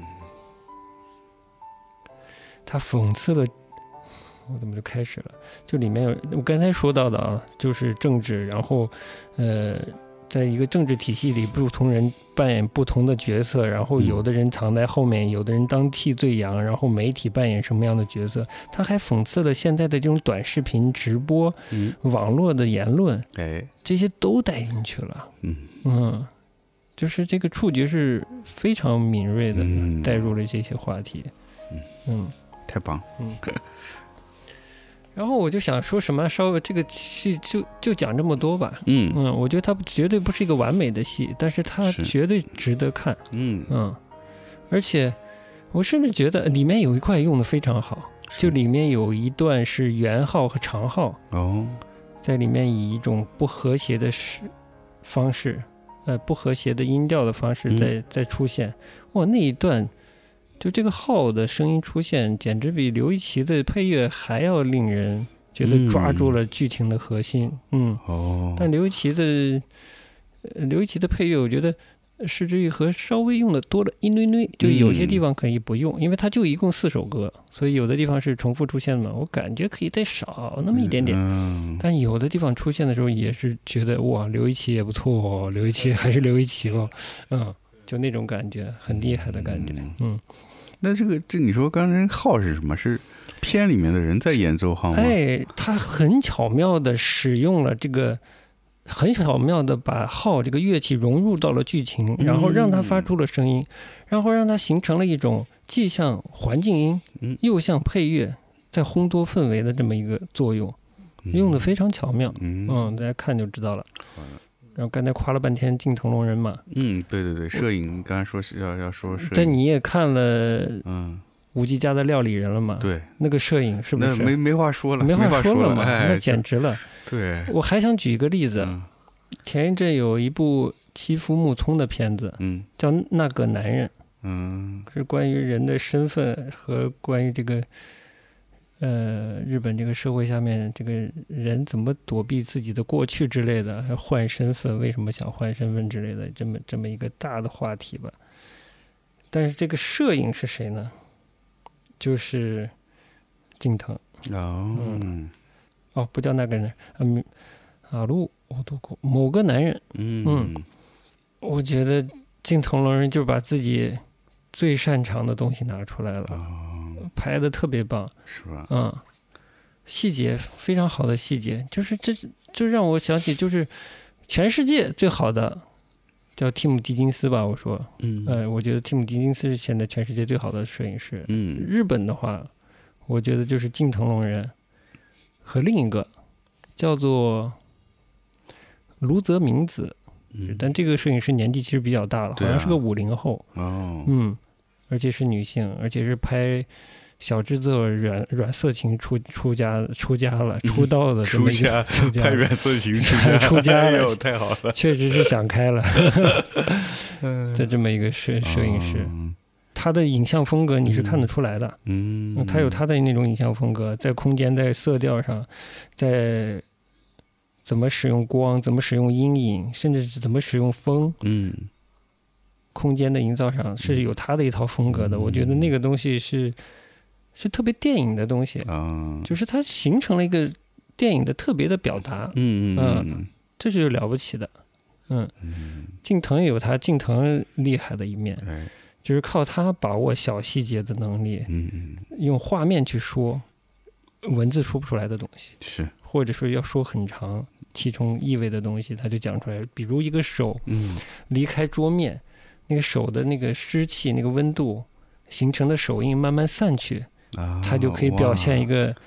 他讽刺了，我怎么就开始了？就里面有我刚才说到的啊，就是政治，然后呃。在一个政治体系里，不同人扮演不同的角色，然后有的人藏在后面，有的人当替罪羊，然后媒体扮演什么样的角色？他还讽刺了现在的这种短视频直播、嗯、网络的言论， 哎， 这些都带进去了。 嗯嗯，就是这个触觉是非常敏锐的，嗯、带入了这些话题。 嗯嗯， 太棒。 嗯。然后我就想说什么，稍微这个戏就就讲这么多吧。 嗯嗯，我觉得它绝对不是一个完美的戏，但是它绝对值得看。 嗯嗯，而且我甚至觉得里面有一块用的非常好，就里面有一段是圆号和长号哦， 在里面以一种不和谐的方式，呃，不和谐的音调的方式在、嗯、在出现。哇，那一段。就这个号的声音出现，简直比刘一奇的配乐还要令人觉得抓住了剧情的核心。嗯， 哦、嗯。 但刘一奇的刘一奇的配乐，我觉得是之愈合稍微用的多了一堆堆，就有些地方可以不用，嗯、因为它就一共四首歌，所以有的地方是重复出现的嘛，我感觉可以再少那么一点点。 嗯、 但有的地方出现的时候，也是觉得哇，刘一奇也不错哦，刘一奇还是刘一奇哦，嗯。就那种感觉，很厉害的感觉。嗯， 那这个这你说刚才号是什么？是片里面的人在演奏号吗？ 哎，他很巧妙的使用了这个，很巧妙的把号这个乐器融入到了剧情，然后让它发出了声音，然后让它形成了一种既像环境音，又像配乐，在烘托氛围的这么一个作用，用的非常巧妙。嗯，大家看就知道了。然后刚才夸了半天近藤隆人嘛， 嗯，对对对，摄影刚才说是要要说摄影， 但你也看了， 嗯， 吴继家的料理人了嘛？ 对， 那个摄影是不是？ 那没没话说了， 没话说了嘛， 哎、 那简直了。 对， 我还想举一个例子， 嗯、 前一阵有一部妻夫木聪的片子， 嗯， 叫《那个男人》， 嗯， 是关于人的身份和关于这个。呃，日本这个社会下面，这个人怎么躲避自己的过去之类的，换身份，为什么想换身份之类的，这么这么一个大的话题吧。但是这个摄影是谁呢？就是近藤。 哦， 嗯，哦，不叫那个人，嗯，阿鲁，我都过某个男人。 嗯嗯，我觉得近藤隆人就把自己最擅长的东西拿出来了。 哦， 拍的特别棒， 是吧？ 嗯，细节非常好的细节，就是这就让我想起，就是全世界最好的叫蒂姆·狄金斯吧，我说， 嗯， 呃，我觉得蒂姆·狄金斯是现在全世界最好的摄影师。 嗯， 日本的话，我觉得就是近藤隆人和另一个叫做卢泽明子， 嗯， 但这个摄影师年纪其实比较大了，好像是个五零后。 哦， 嗯。而且是女性，而且是拍小制作软软色情出出家出家了出道的这么一个出家拍软色情出家出家了， 哎呦太好了， 确实是想开了的这么一个摄摄影师， 哦， 他的影像风格你是看得出来的。 嗯， 他有他的那种影像风格，在空间在色调上，在怎么使用光，怎么使用阴影，甚至是怎么使用风， 嗯。 空间的营造上是有他的一套风格的，嗯、我觉得那个东西是是特别电影的东西， 啊， 就是它形成了一个电影的特别的表达， 嗯嗯嗯，这是了不起的，嗯，近藤有他近藤厉害的一面， 哎， 就是靠他把握小细节的能力， 嗯， 用画面去说文字说不出来的东西， 是， 或者说要说很长其中意味的东西，他就讲出来，比如一个手， 嗯， 离开桌面。那个手的那个湿气、那个温度形成的手印慢慢散去， 啊， 它就可以表现一个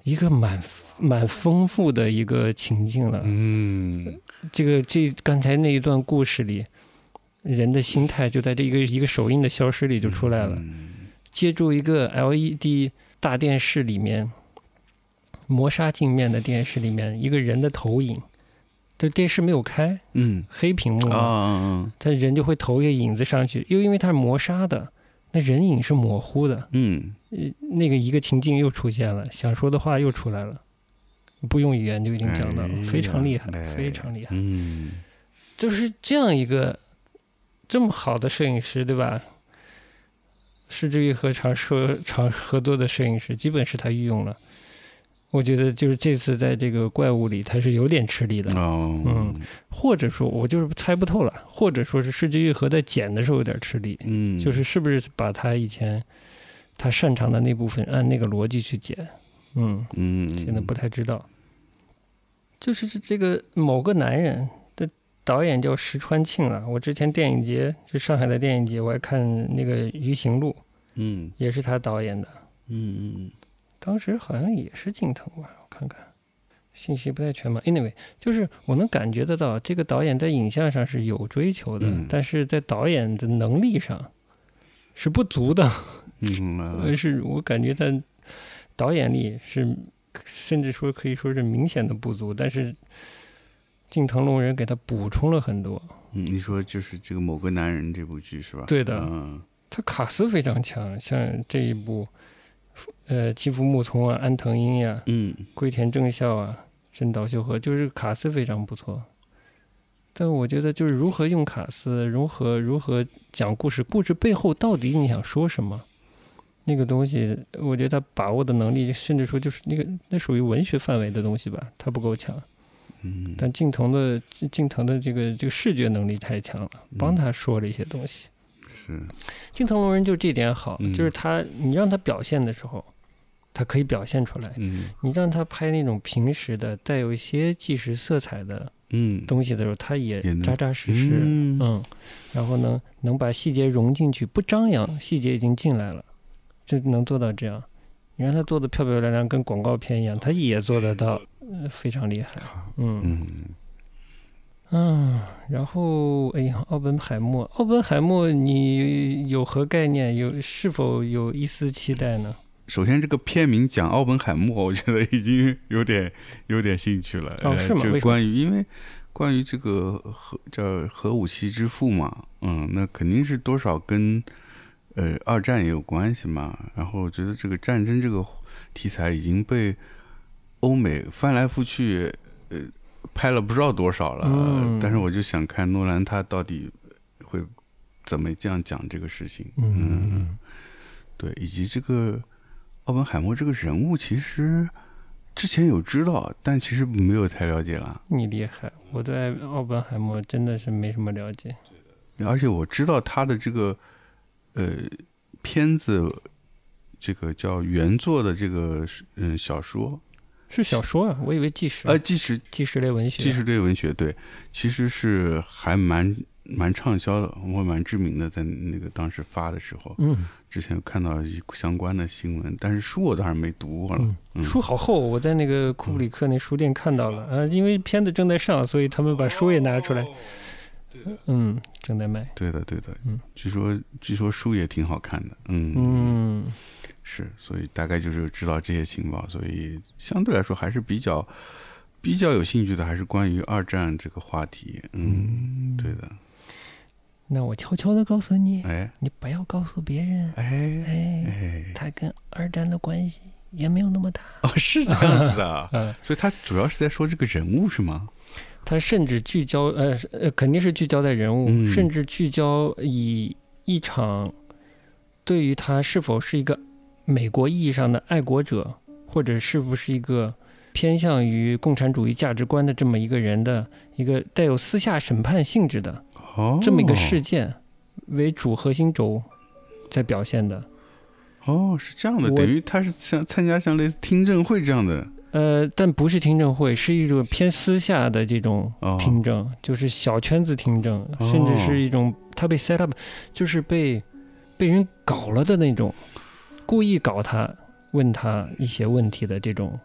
一个蛮蛮丰富的一个情境了。 嗯， 这个这刚才那一段故事里，人的心态就在这一个一个手印的消失里就出来了。 嗯、 借助一个 L E D 大电视里面，磨砂镜面的电视里面，一个人的投影。这电视没有开， 嗯， 黑屏幕嘛， 啊嗯， 他人就会投一个影子上去，又因为它是磨砂的，那人影是模糊的， 嗯， 那个一个情境又出现了，想说的话又出来了，不用语言就已经讲到了， 哎、 非常厉害， 哎、 非常厉害， 嗯， 就是这样一个这么好的摄影师，对吧？是这一和常说常合作的摄影师，基本是他御用了。我觉得就是这次在这个怪物里，他是有点吃力的， 哦、 嗯，或者说我就是猜不透了，或者说是世之愈合在剪的时候有点吃力， 嗯， 就是是不是把他以前他擅长的那部分按那个逻辑去剪，嗯嗯，现在不太知道。就是这个某个男人的导演叫石川庆啊，我之前电影节就上海的电影节，我还看那个《鱼行路》， 嗯， 也是他导演的， 嗯嗯。 当时好像也是近藤吧，我看看，信息不太全嘛。Anyway， 就是我能感觉得到，这个导演在影像上是有追求的， 嗯、 但是在导演的能力上是不足的。 嗯、 呃，是我感觉他导演力是，甚至说可以说是明显的不足，但是近藤隆人给他补充了很多。 嗯，你说就是这个某个男人这部剧是吧？ 对的， 嗯， 他卡斯非常强，像这一部。呃，吉福木聪啊，安藤樱呀， 嗯， 龟田正孝啊，真岛秀和，就是卡斯非常不错。但我觉得就是如何用卡斯，如何如何讲故事，故事背后到底你想说什么，那个东西，我觉得他把握的能力，甚至说就是那个那属于文学范围的东西吧，他不够强。 嗯， 但近藤的近藤的这个这个视觉能力太强了，帮他说了一些东西。 是， 近藤隆人就这点好， 嗯、 就是他，你让他表现的时候，他可以表现出来。 嗯， 你让他拍那种平时的、带有一些纪实色彩的东西的时候，他也扎扎实实，嗯, 嗯，然后呢，能把细节融进去，不张扬，细节已经进来了，就能做到这样。你让他做的漂漂亮亮，跟广告片一样，他也做得到，呃、非常厉害。嗯。嗯嗯，然后哎呀，奥本海默，奥本海默，你有何概念？有是否有一丝期待呢？ 首先，这个片名讲奥本海默，我觉得已经有点有点兴趣了。 哦，是吗？ 就关于因为关于这个核叫核武器之父嘛，嗯，那肯定是多少跟呃二战也有关系嘛。然后我觉得这个战争这个题材已经被欧美翻来覆去，呃。拍了不知道多少了、嗯，但是我就想看诺兰他到底会怎么这样讲这个事情，嗯，嗯对，以及这个奥本海默这个人物，其实之前有知道，但其实没有太了解了。 你厉害，我对奥本海默真的是没什么了解， 而且我知道他的这个呃片子，这个叫原作的这个嗯小说。 是小说啊，我以为纪实。 呃，纪实， 纪实类文学， 纪实类文学，对，其实是还蛮蛮畅销的，我蛮知名的，在那个当时发的时候， 嗯， 之前有看到相关的新闻，但是书我当然没读过了、嗯嗯。书好厚，我在那个库布里克那书店看到了，嗯、呃，因为片子正在上，所以他们把书也拿出来，哦、嗯，正在卖。 对的，对的， 嗯， 据说据说书也挺好看的，嗯嗯。 是，所以大概就是知道这些情报，所以相对来说还是比较比较有兴趣的，还是关于二战这个话题。嗯，对的。 那我悄悄的告诉你， 哎， 你不要告诉别人， 哎哎，他跟二战的关系也没有那么大。 哦，是这样子的，嗯，所以他主要是在说这个人物是吗？ 他甚至聚焦，呃呃，肯定是聚焦在人物， 嗯、 甚至聚焦以一场对于他是否是一个美国意义上的爱国者，或者是不是一个偏向于共产主义价值观的这么一个人的一个带有私下审判性质的这么一个事件为主核心轴在表现的。 哦，是这样的，等于他是像参加像类似听证会这样的。 呃，但不是听证会，是一种偏私下的这种听证，哦、就是小圈子听证，哦、甚至是一种他被 set up， 就是被被人搞了的那种。故意搞他，问他一些问题的这种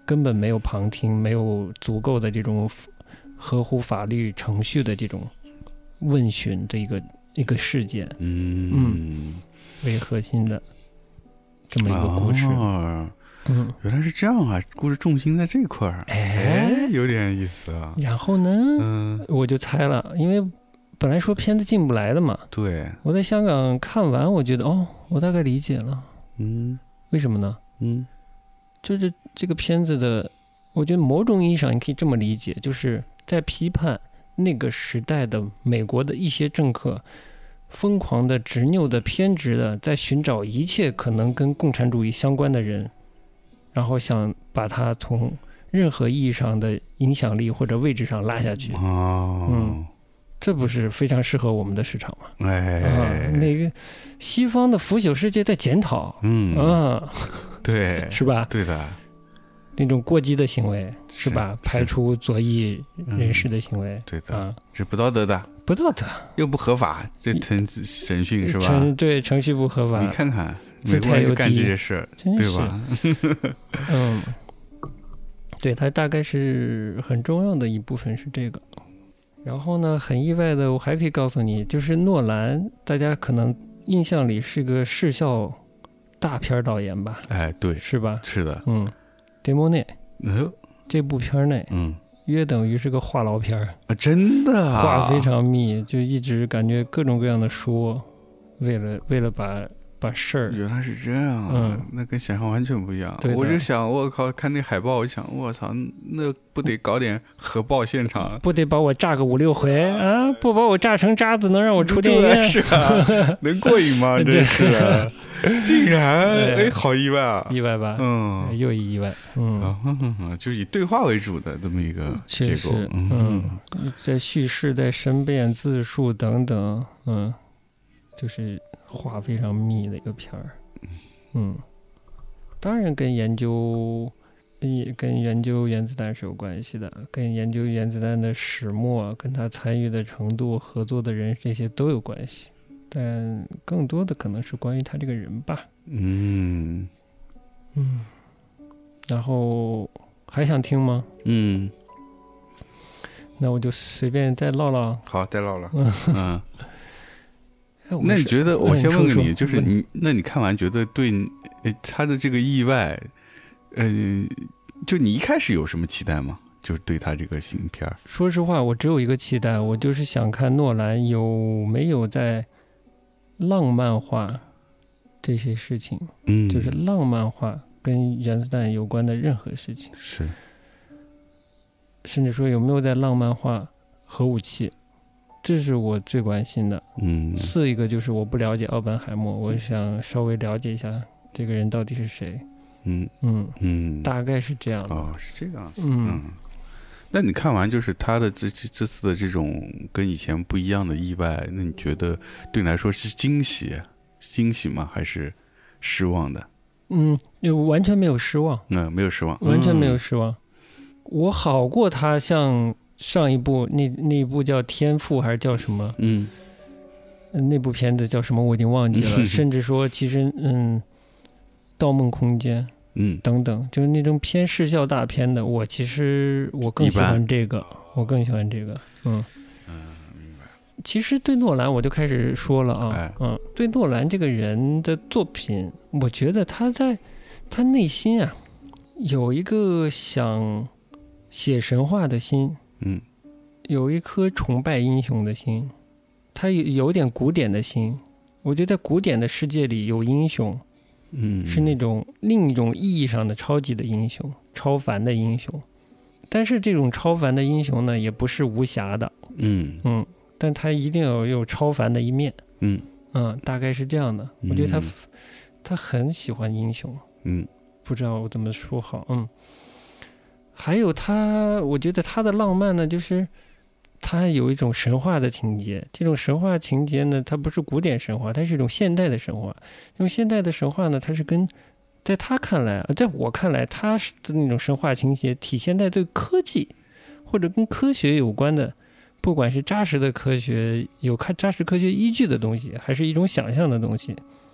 根本没有旁听，没有足够的这种合乎法律程序的这种问询的一个一个事件， 嗯嗯，为核心的这么一个故事。 哦嗯， 原来是这样啊，故事重心在这块儿，哎，有点意思啊。 然后呢，嗯，我就猜了，因为本来说片子进不来的嘛， 对， 我在香港看完，我觉得哦，我大概理解了， 嗯， 为什么呢？ 嗯， 就是这个片子的，我觉得某种意义上你可以这么理解，就是在批判那个时代的美国的一些政客疯狂的、执拗的、偏执的，在寻找一切可能跟共产主义相关的人。然后想把他从任何意义上的影响力或者位置上拉下去， 哦， 嗯，这不是非常适合我们的市场吗？ 哎， 啊，那个西方的腐朽世界在检讨， 嗯啊， 对， 是吧？ 对的， 那种过激的行为是吧？ 是排除左翼人士的行为， 嗯、对的， 啊， 这不道德的， 不道德， 又不合法，这程审讯是吧？ 程对程序不合法， 你看看。 姿态又低， 干这些事，对吧？ 嗯，对，它大概是很重要的一部分是这个。然后呢，很意外的，我还可以告诉你，就是诺兰，大家可能印象里是个视效大片导演吧？ 哎，对， 是吧？ 是的， 嗯，德莫内， 嗯， 这部片内， 嗯， 约等于是个话痨片啊，真的、啊， 话非常密，就一直感觉各种各样的说，为了为了把。把事儿原来是这样啊、 嗯， 那跟想象完全不一样。我就想，我靠，看那海报，我想，我操，那不得搞点核爆现场？ 不得把我炸个五六回啊？不把我炸成渣子，能让我出电影？ 是啊，能过瘾吗？真是的，竟然，哎，好意外啊！ 意外吧？ 嗯， 又一意外。嗯， 啊、就以对话为主的这么一个结构。 嗯，在叙事、在申辩、自述等等，嗯，就是话非常密的一个片儿。嗯，当然跟研究也跟研究原子弹是有关系的，跟研究原子弹的始末、跟他参与的程度、合作的人这些都有关系，但更多的可能是关于他这个人吧。 嗯嗯，然后还想听吗？ 嗯， 那我就随便再唠唠。 好，再唠唠。嗯。 那你觉得？我先问问你，就是你，那你看完觉得对他的这个意外，呃，就你一开始有什么期待吗？就是对他这个新片儿。 说实话，我只有一个期待，我就是想看诺兰有没有在浪漫化这些事情， 嗯， 就是浪漫化跟原子弹有关的任何事情， 是， 甚至说有没有在浪漫化核武器。这是我最关心的。 嗯， 次一个就是我不了解奥本海默，我想稍微了解一下这个人到底是谁。 嗯嗯嗯， 大概是这样的。 哦，是这个样子。 嗯， 嗯，那你看完就是他的这这次的这种跟以前不一样的意外，那你觉得对你来说是惊喜、惊喜吗？还是失望的？ 嗯，完全没有失望。 嗯，没有失望， 完全没有失望。嗯、我好过他像。上一部那那一部叫《天赋》还是叫什么？ 嗯， 那部片子叫什么我已经忘记了。甚至说，其实嗯，《盗梦空间》 嗯等等，就是那种偏视效大片的，我其实我更喜欢这个，我更喜欢这个。嗯嗯，明白。 其实对诺兰我就开始说了啊， 哎、 嗯，对诺兰这个人的作品，我觉得他在他内心啊有一个想写神话的心。 嗯， 有一颗崇拜英雄的心，他有有点古典的心。我觉得在古典的世界里有英雄， 嗯， 是那种另一种意义上的超级的英雄，超凡的英雄。但是这种超凡的英雄呢，也不是无瑕的， 嗯嗯，但他一定要有超凡的一面， 嗯嗯，大概是这样的。我觉得他、嗯、他很喜欢英雄， 嗯， 不知道我怎么说好，嗯。还有他，我觉得他的浪漫呢，就是他有一种神话的情节。这种神话情节呢，它不是古典神话，它是一种现代的神话。这种现代的神话呢，它是跟在他看来，在我看来，他的那种神话情节体现在对科技或者跟科学有关的，不管是扎实的科学、有扎实科学依据的东西，还是一种想象的东西。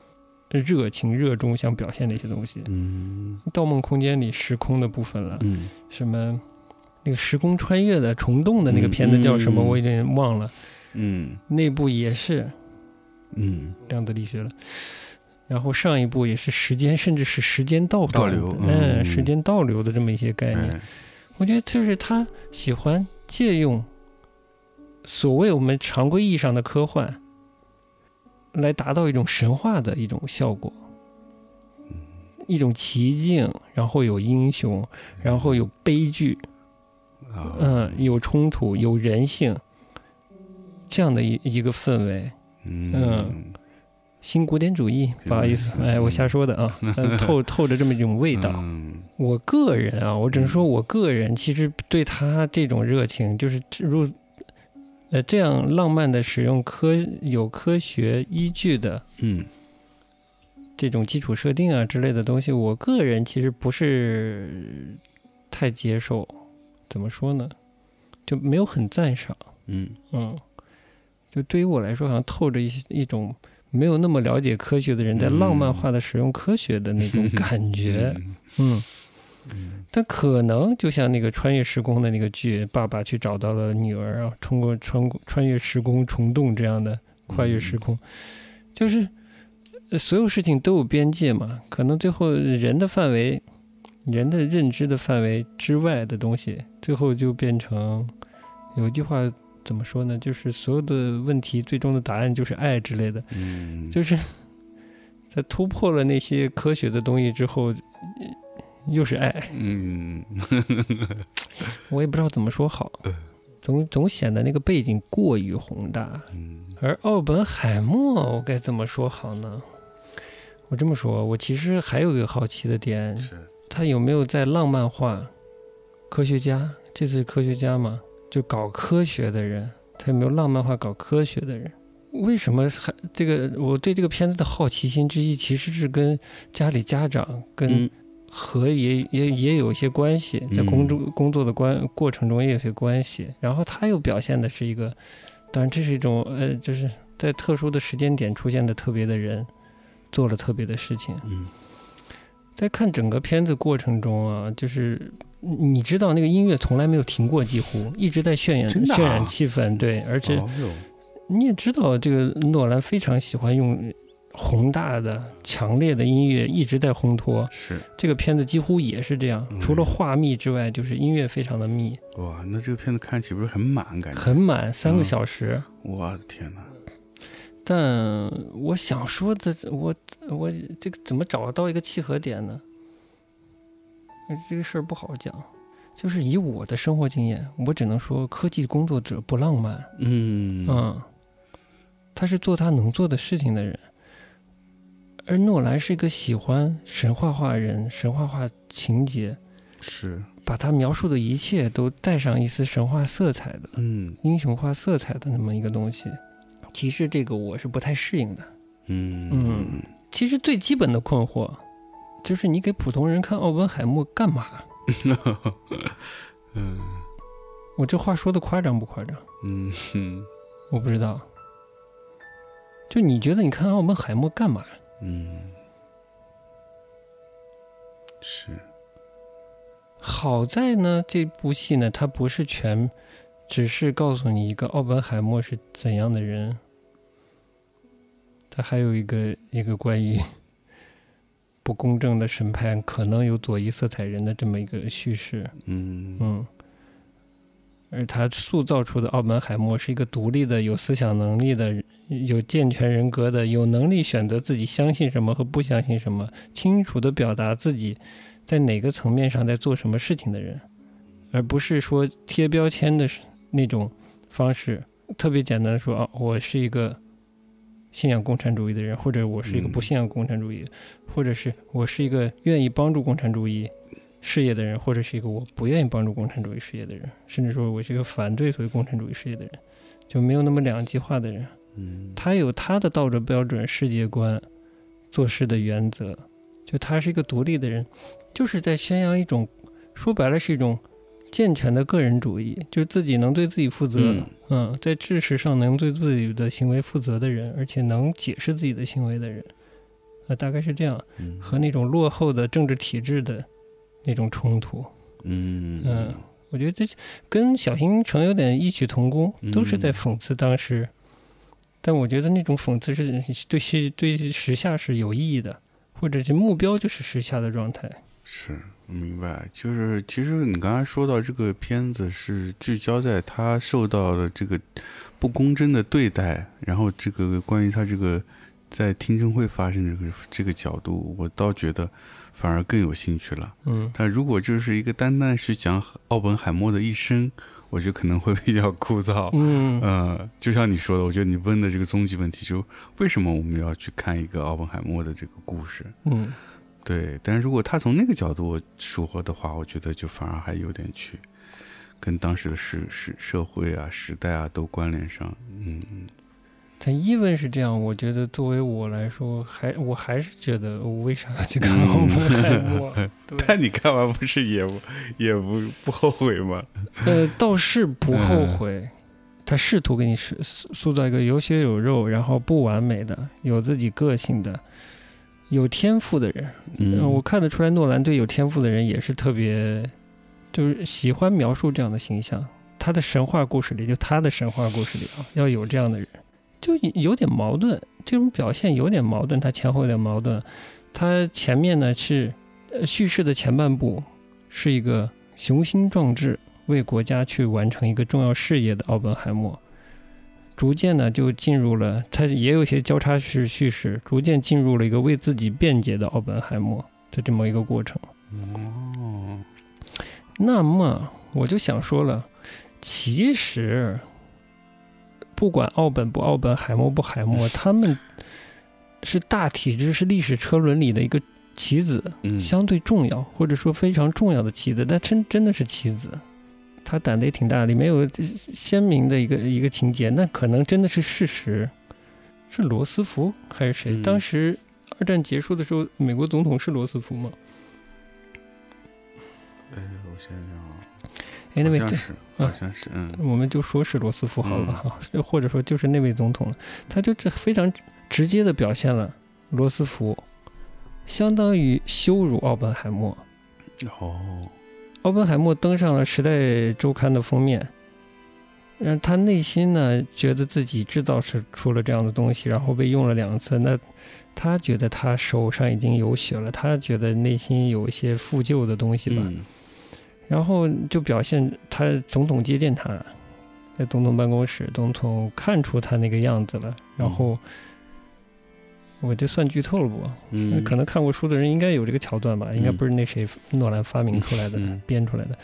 热情热衷想表现的一些东西。 嗯， 盗梦空间里时空的部分了， 嗯， 什么那个时空穿越的虫洞的那个片子叫什么， 嗯、 我有点忘了。 嗯， 那部也是， 嗯， 量子力学了。然后上一部也是时间，甚至是时间倒倒流， 嗯， 嗯， 时间倒流的这么一些概念。 哎、 我觉得就是他喜欢借用所谓我们常规意义上的科幻，来达到一种神话的一种效果，一种奇境，然后有英雄，然后有悲剧，嗯，有冲突，有人性，这样的一一个氛围，嗯。新古典主义，不好意思，哎，我瞎说的啊，但透透着这么一种味道。我个人啊，我只能说我个人其实对他这种热情，就是入呃这样浪漫的使用科有科学依据的， 嗯， 这种基础设定啊之类的东西，我个人其实不是太接受。怎么说呢？就没有很赞赏。 嗯嗯，就对于我来说，好像透着一一种。没有那么了解科学的人在浪漫化的使用科学的那种感觉，嗯，嗯，但可能就像那个穿越时空的那个剧，爸爸去找到了女儿啊，通过穿穿越时空虫洞这样的跨越时空，就是所有事情都有边界嘛，可能最后人的范围、人的认知的范围之外的东西，最后就变成有一句话。怎么说呢？就是所有的问题最终的答案就是爱之类的， 嗯， 就是在突破了那些科学的东西之后，又是爱。 嗯， 我也不知道怎么说好，总总显得那个背景过于宏大。而奥本海默，我该怎么说好呢？我这么说，我其实还有一个好奇的点，他有没有在浪漫化科学家？这次是科学家吗？就搞科学的人，他有没有浪漫化搞科学的人？为什么还这个？我对这个片子的好奇心之一，其实是跟家里家长跟和也、嗯、也也有一些关系，在工作工作的关过程中也有些关系。然后他又表现的是一个，当然这是一种呃，就是在特殊的时间点出现的特别的人，做了特别的事情。 嗯， 在看整个片子过程中啊，就是你知道那个音乐从来没有停过，几乎一直在渲染、 啊、 渲染气氛，对，而且你也知道这个诺兰非常喜欢用宏大的、强烈的音乐一直在烘托。 是这个片子几乎也是这样，嗯、除了画密之外，就是音乐非常的密。 哇，那这个片子看起不是很满，感觉很满，三个小时。 嗯、我的天哪！ 但我想说的，我我这个怎么找到一个契合点呢？这个事儿不好讲，就是以我的生活经验，我只能说科技工作者不浪漫。 嗯嗯，他是做他能做的事情的人，而诺兰是一个喜欢神话化人、神话化情节， 是把他描述的一切都带上一丝神话色彩的， 嗯， 英雄化色彩的那么一个东西。其实这个我是不太适应的。 嗯嗯，其实最基本的困惑就是你给普通人看奥本海默干嘛？ 嗯， 我这话说的夸张不夸张？ 嗯哼， 我不知道。就你觉得你看奥本海默干嘛？ 嗯，是。 好在呢，这部戏呢，它不是全。只是告诉你一个奥本海默是怎样的人，他还有一个一个关于不公正的审判可能有左翼色彩人的这么一个叙事。 嗯嗯，而他塑造出的奥本海默是一个独立的、有思想能力的、有健全人格的、有能力选择自己相信什么和不相信什么，清楚地表达自己在哪个层面上在做什么事情的人，而不是说贴标签的那种方式，特别简单的说啊，我是一个信仰共产主义的人，或者我是一个不信仰共产主义，嗯、或者是我是一个愿意帮助共产主义事业的人，或者是一个我不愿意帮助共产主义事业的人，甚至说我是一个反对所谓共产主义事业的人，就没有那么两极化的人。 嗯， 他有他的道德标准、世界观、做事的原则，就他是一个独立的人，就是在宣扬一种，说白了是一种健全的个人主义，就是自己能对自己负责，嗯, 嗯，在知识上能对自己的行为负责的人，而且能解释自己的行为的人， 呃，大概是这样，和那种落后的政治体制的那种冲突。 嗯嗯，我觉得这跟小行程有点异曲同工，都是在讽刺当时。嗯、但我觉得那种讽刺是对是对时下是有意义的，或者是目标就是时下的状态。 是，我明白。就是其实你刚才说到这个片子是聚焦在他受到的这个不公正的对待，然后这个关于他这个在听证会发生的这个这个角度，我倒觉得反而更有兴趣了。 嗯， 但如果就是一个单单去讲奥本海默的一生，我觉得可能会比较枯燥。 嗯， 呃，就像你说的，我觉得你问的这个终极问题，就为什么我们要去看一个奥本海默的这个故事？ 嗯。 对，但是如果他从那个角度说的话，我觉得就反而还有点去跟当时的时时社会啊、时代啊都关联上。嗯， 但译文是这样，我觉得作为我来说，还我还是觉得我为啥要去看奥本海默？嗯、 但你看完不是也不也不不后悔吗？ 呃，倒是不后悔。嗯、他试图给你塑造一个有血有肉，然后不完美的、有自己个性的。有天赋的人、嗯，我看得出来，诺兰对有天赋的人也是特别，就是喜欢描述这样的形象。他的神话故事里，就他的神话故事里啊，要有这样的人，就有点矛盾。这种表现有点矛盾，他前后有点矛盾。他前面呢是叙事的前半部是一个雄心壮志，为国家去完成一个重要事业的奥本海默。逐渐呢，就进入了，他也有一些交叉式叙事，逐渐进入了一个为自己辩解的奥本海默的这么一个过程。 哦， 那么我就想说了，其实不管奥本不奥本，海默不海默，他们是大体制，是历史车轮里的一个棋子，相对重要，或者说非常重要的棋子，但真真的是棋子。他胆子也挺大，里面有鲜明的一个一个情节，那可能真的是事实。是罗斯福还是谁？嗯、当时二战结束的时候，美国总统是罗斯福吗？ 哎，我想想啊， 哎，那位好像是，好像是，嗯， 我们就说是罗斯福好了哈、嗯，或者说就是那位总统了。他就这非常直接的表现了罗斯福，相当于羞辱奥本海默。 哦。 奥本海默登上了《时代周刊》的封面，让他内心呢觉得自己制造出了这样的东西，然后被用了两次。那他觉得他手上已经有血了，他觉得内心有一些负疚的东西吧。嗯、然后就表现他总统接见他，在总统办公室，总统看出他那个样子了，然后。嗯我这算剧透了不？嗯，可能看过书的人应该有这个桥段吧，嗯、应该不是那谁诺兰发明出来的、嗯、编出来的。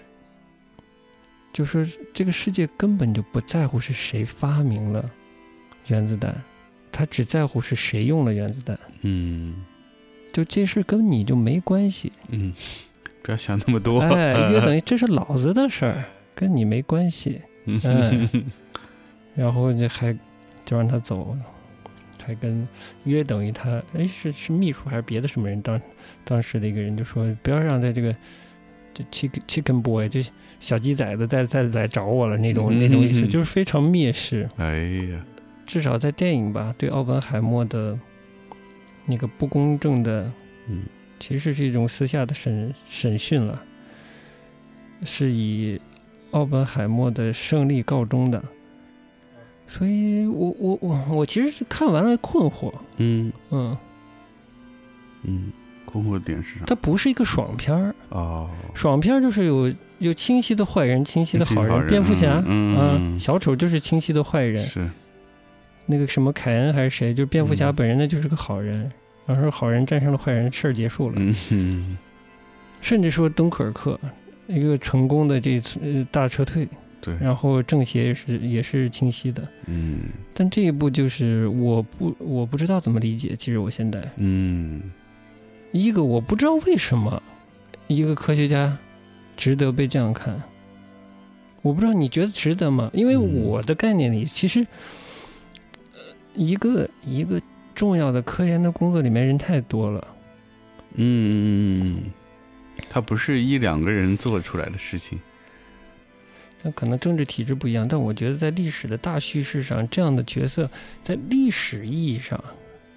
就说这个世界根本就不在乎是谁发明了原子弹，他只在乎是谁用了原子弹。 嗯， 就这事跟你就没关系。 嗯，不要想那么多。 哎，约等于这是老子的事儿，跟你没关系。哎，然后就还就让他走。还跟约等于他，哎，是是秘书还是别的什么人？当当时的一个人就说，不要让在这个这 chicken chicken boy 这小鸡崽子再再来找我了那种、嗯、那种意思，就是非常蔑视。 哎呀， 至少在电影吧，对奥本海默的那个不公正的， 嗯， 其实是一种私下的审审讯了，是以奥本海默的胜利告终的。所以我我我我其实是看完了困惑， 嗯嗯嗯，困惑点是啥？ 它不是一个爽片儿哦， 爽片就是有有清晰的坏人，清晰的好人，蝙蝠侠， 嗯啊，小丑就是清晰的坏人， 是那个什么凯恩还是谁，就是蝙蝠侠本人呢就是个好人，嗯、然后好人战胜了坏人，事儿结束了， 嗯， 甚至说敦刻尔克一个成功的这次、呃、大撤退。 对， 然后正邪也是也是清晰的， 嗯， 但这一步就是我不我不知道怎么理解。其实我现在， 嗯， 一个我不知道为什么一个科学家值得被这样看，我不知道你觉得值得吗？因为我的概念里，其实一个一个重要的科研的工作里面人太多了， 嗯，它不是一两个人做出来的事情。 那可能政治体制不一样，但我觉得在历史的大叙事上，这样的角色在历史意义上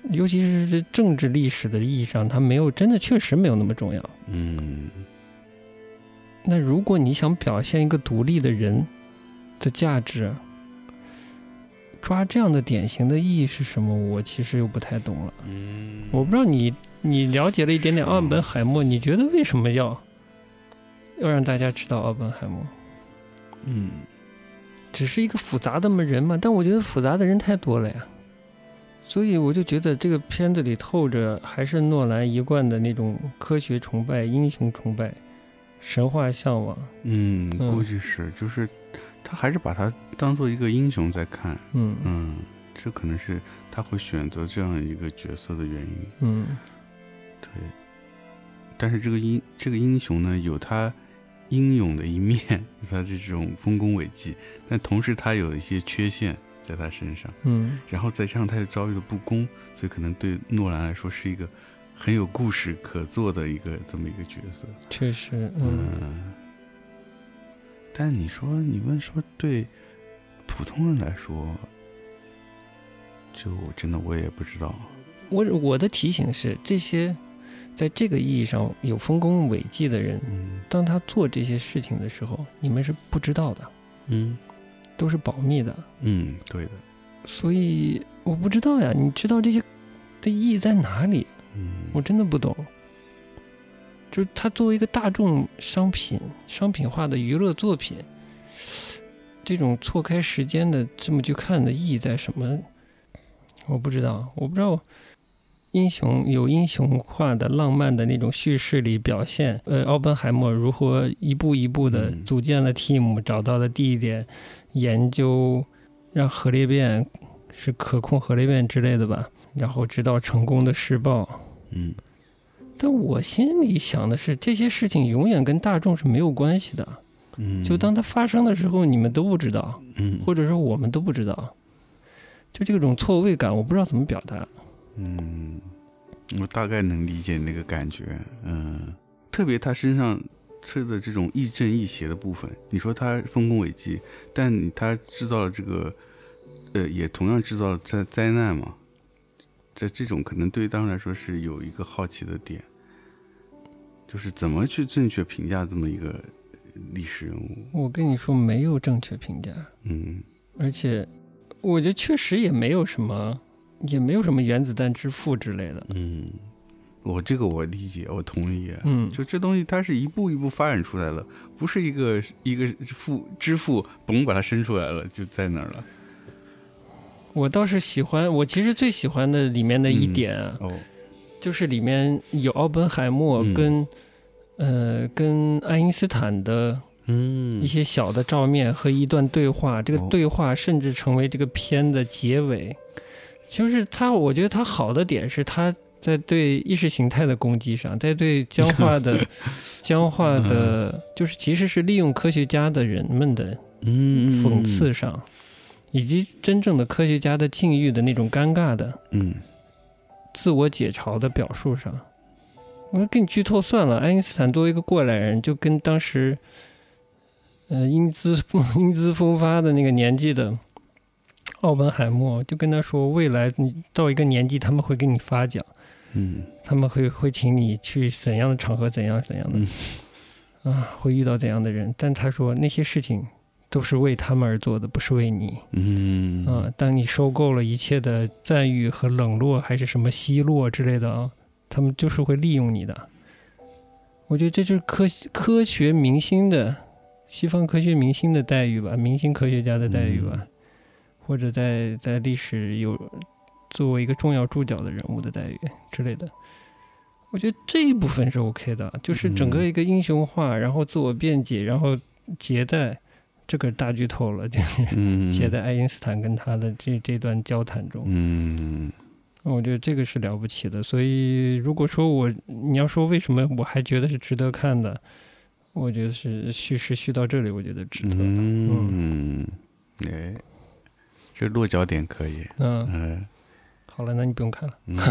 尤其是这政治历史的意义上，它没有真的确实没有那么重要。 嗯， 那如果你想表现一个独立的人的价值，抓这样的典型的意义是什么？我其实又不太懂了。 嗯， 我不知道你你了解了一点点奥本海默，你觉得为什么要要让大家知道奥本海默？ 嗯， 只是一个复杂的人嘛，但我觉得复杂的人太多了呀。所以我就觉得这个片子里透着还是诺兰一贯的那种科学崇拜、英雄崇拜、神话向往。 嗯，估计是，就是他还是把他当做一个英雄在看。 嗯嗯，这可能是他会选择这样一个角色的原因。 嗯， 对。但是这个英这个英雄呢，有他英勇的一面，有他这种丰功伟绩，但同时他有一些缺陷在他身上。 嗯， 然后再加上他又遭遇了不公，所以可能对诺兰来说是一个很有故事可做的一个这么一个角色。 确实。 嗯，嗯，但你说你问说对普通人来说，就真的我也不知道。 我我的提醒是，这些在这个意义上有丰功伟绩的人， 嗯， 当他做这些事情的时候，你们是不知道的。 嗯， 都是保密的。 嗯，对的。 所以我不知道呀，你知道这些的意义在哪里？ 嗯， 我真的不懂。就是它作为一个大众商品、商品化的娱乐作品，这种错开时间的这么去看的意义在什么？我不知道，我不知道。英雄有英雄化的浪漫的那种叙事里表现，呃，奥本海默如何一步一步的组建了 team，、嗯、找到了地点，研究让核裂变是可控核裂变之类的吧，然后直到成功的试爆。 嗯， 但我心里想的是，这些事情永远跟大众是没有关系的。 嗯， 就当它发生的时候，你们都不知道， 嗯， 或者说我们都不知道，就这种错位感，我不知道怎么表达。 嗯，我大概能理解那个感觉。嗯，特别他身上吃的这种亦正亦邪的部分，你说他丰功伟绩，但他制造了这个，呃，也同样制造了灾灾难嘛。在这种可能对于当来说是有一个好奇的点，就是怎么去正确评价这么一个历史人物。 我跟你说，没有正确评价。 嗯， 而且我觉得确实也没有什么。也没有什么原子弹之父之类的。 嗯，我这个我理解，我同意。 嗯， 就这东西它是一步一步发展出来的，不是一个一个父之父嘣把它生出来了就在那儿了。 我倒是喜欢，我其实最喜欢的里面的一点啊， 嗯、哦， 就是里面有奥本海默跟、嗯、呃跟爱因斯坦的嗯一些小的照面和一段对话，这个对话甚至成为这个片的结尾。哦，就是他，我觉得他好的点是他在对意识形态的攻击上，在对僵化的、僵化的，就是其实是利用科学家的人们的讽刺上，以及真正的科学家的境遇的那种尴尬的， 嗯， 自我解嘲的表述上。我说给你剧透算了，爱因斯坦作为一个过来人，就跟当时，呃，英姿英姿风发的那个年纪的。奥本海默就跟他说，未来你到一个年纪他们会给你发奖， 嗯， 他们会会请你去怎样的场合，怎样怎样的、嗯、啊，会遇到怎样的人，但他说那些事情都是为他们而做的，不是为你。 嗯啊，当你收购了一切的赞誉和冷落，还是什么奚落之类的啊，他们就是会利用你的。我觉得这就是科科学明星的西方科学明星的待遇吧，明星科学家的待遇吧。嗯，或者在在历史有作为一个重要注脚的人物的待遇之类的，我觉得这一部分是 OK 的，就是整个一个英雄化，然后自我辩解，然后结在这个大剧透了，就是写在爱因斯坦跟他的这这段交谈中。 嗯， 我觉得这个是了不起的。所以如果说我你要说为什么我还觉得是值得看的，我觉得是叙事叙到这里，我觉得值得。 嗯，哎、嗯。这落脚点可以。 嗯嗯， 好了，那你不用看了。 嗯、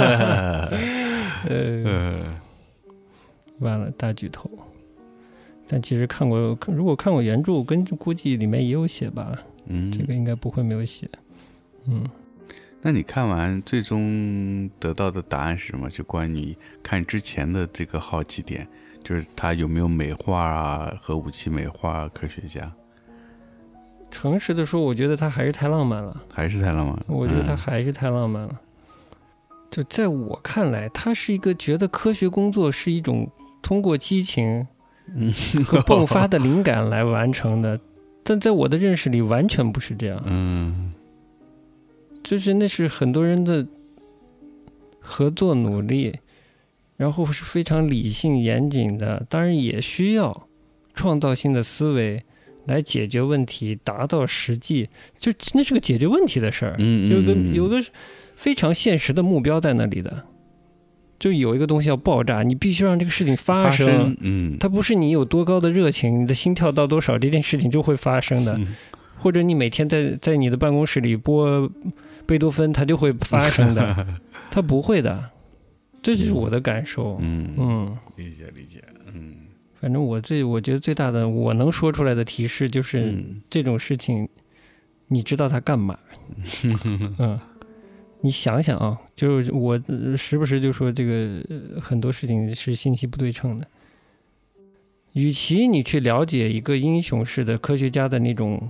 呃，完了，大剧透。但其实看过，如果看过原著，跟估计里面也有写吧。嗯，这个应该不会没有写。嗯， 那你看完最终得到的答案是什么？就关于你看之前的这个好奇点，就是他有没有美化啊，核武器美化科学家？ 诚实的说，我觉得他还是太浪漫了， 还是太浪漫了。 我觉得他还是太浪漫了。嗯、就在我看来，他是一个觉得科学工作是一种通过激情和迸发的灵感来完成的，但在我的认识里完全不是这样。 嗯。 就是那是很多人的合作努力，然后是非常理性严谨的，当然也需要创造性的思维来解决问题，达到实际，就那是个解决问题的事儿， 嗯， 有个有个非常现实的目标在那里的，就有一个东西要爆炸，你必须让这个事情发生， 发生嗯， 它不是你有多高的热情，你的心跳到多少，这件事情就会发生的， 嗯、 或者你每天在在你的办公室里播贝多芬，它就会发生的，它不会的，这就是我的感受。 嗯嗯， 理解理解，嗯， 反正我最我觉得最大的我能说出来的提示就是、嗯、这种事情，你知道它干嘛？嗯，你想想啊，就是我时不时就说这个很多事情是信息不对称的，与其你去了解一个英雄式的科学家的那种。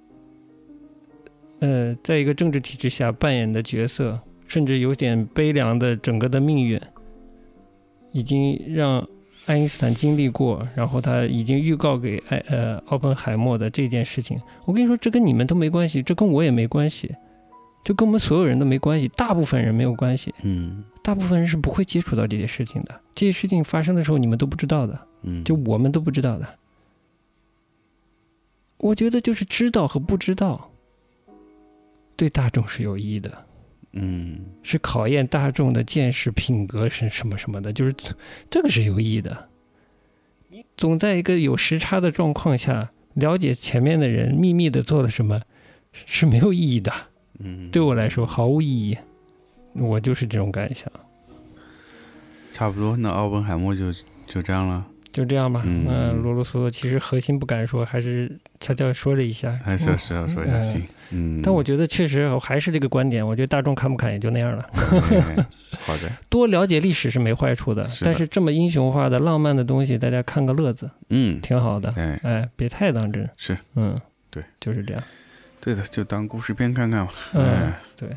呃，在一个政治体制下扮演的角色，甚至有点悲凉的整个的命运，已经让爱因斯坦经历过，然后他已经预告给爱呃奥本海默的这件事情，我跟你说，这跟你们都没关系，这跟我也没关系，就跟我们所有人都没关系，大部分人没有关系， 嗯， 大部分人是不会接触到这些事情的，这些事情发生的时候你们都不知道的， 嗯， 就我们都不知道的。我觉得就是知道和不知道。对大众是有益的， 嗯， 是考验大众的见识、品格是什么什么的，就是这个是有益的。你总在一个有时差的状况下了解前面的人秘密的做了什么，是没有意义的。 嗯， 对我来说毫无意义，我就是这种感想。 差不多，那奥本海默就就这样了。 就这样吧， 嗯， 呃、罗罗嗦嗦其实核心不敢说，还是悄悄说了一下， 还是要是要说一下，行，嗯。 但我觉得确实还是这个观点，我觉得大众看不看也就那样了。 好的， 多了解历史是没坏处的， 是的但是这么英雄化的、浪漫的东西，大家看个乐子， 嗯， 挺好的。 哎， 哎，别太当真。 是， 嗯， 对， 就是这样。 对的，就当故事片看看吧。 嗯， 哎、 对。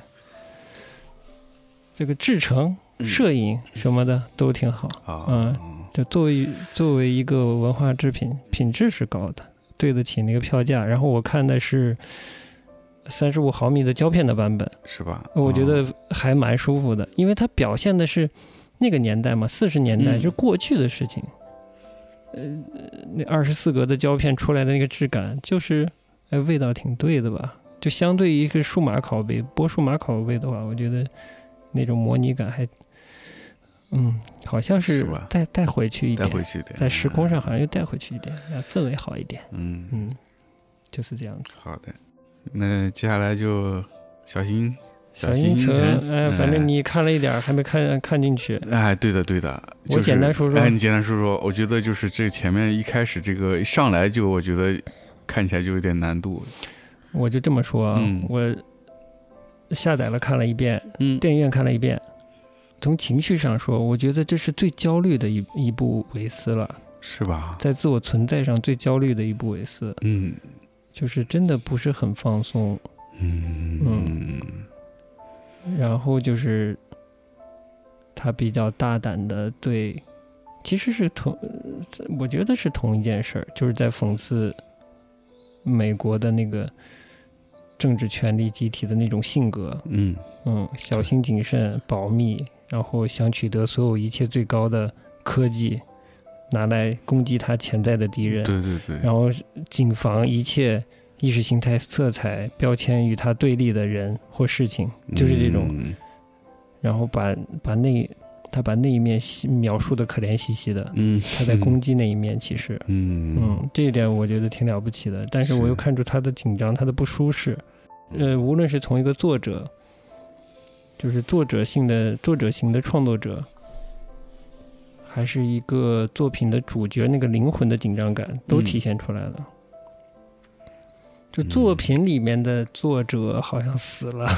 这个制成、摄影什么的、嗯、都挺好。 啊， 嗯。就作为作为一个文化制品，品质是高的，对得起那个票价。然后我看的是三十五毫米的胶片的版本， 是吧？ 我觉得还蛮舒服的，因为它表现的是那个年代嘛，四十年代、嗯、就是过去的事情。呃，那二十四格的胶片出来的那个质感，就是哎味道挺对的吧？就相对于一个数码拷贝，播数码拷贝的话，我觉得那种模拟感还。嗯，好像是带带回去一点， 带回去一点， 在时空上好像又带回去一点，嗯、氛围好一点。 嗯嗯，就是这样子。 好的，那接下来就小星小星辰，哎，反正你看了一点，还没看看进去。 哎，对的对的， 我简单说说。 哎，你简单说说，我觉得就是这前面一开始这个一上来就，我觉得看起来就有点难度。 我就这么说啊， 嗯、 我下载了看了一遍， 嗯， 电影院看了一遍。从情绪上说，我觉得这是最焦虑的一一部韦斯了， 是吧？ 在自我存在上最焦虑的一部韦斯， 嗯， 就是真的不是很放松， 嗯嗯，然后就是他比较大胆的对，其实是同，我觉得是同一件事儿，就是在讽刺美国的那个政治权力集体的那种性格， 嗯嗯，小心谨慎、保密。然后想取得所有一切最高的科技，拿来攻击他潜在的敌人。 对对对。 然后谨防一切意识形态色彩标签与他对立的人或事情，就是这种。 嗯、 然后把把那他把那一面描述的可怜兮兮的。 嗯。 他在攻击那一面，其实。 嗯嗯，这一点我觉得挺了不起的。但是我又看出他的紧张，他的不舒适。呃，无论是从一个作者。就是作者性的作者型的创作者，还是一个作品的主角，那个灵魂的紧张感都体现出来了。嗯、就作品里面的作者好像死了，嗯、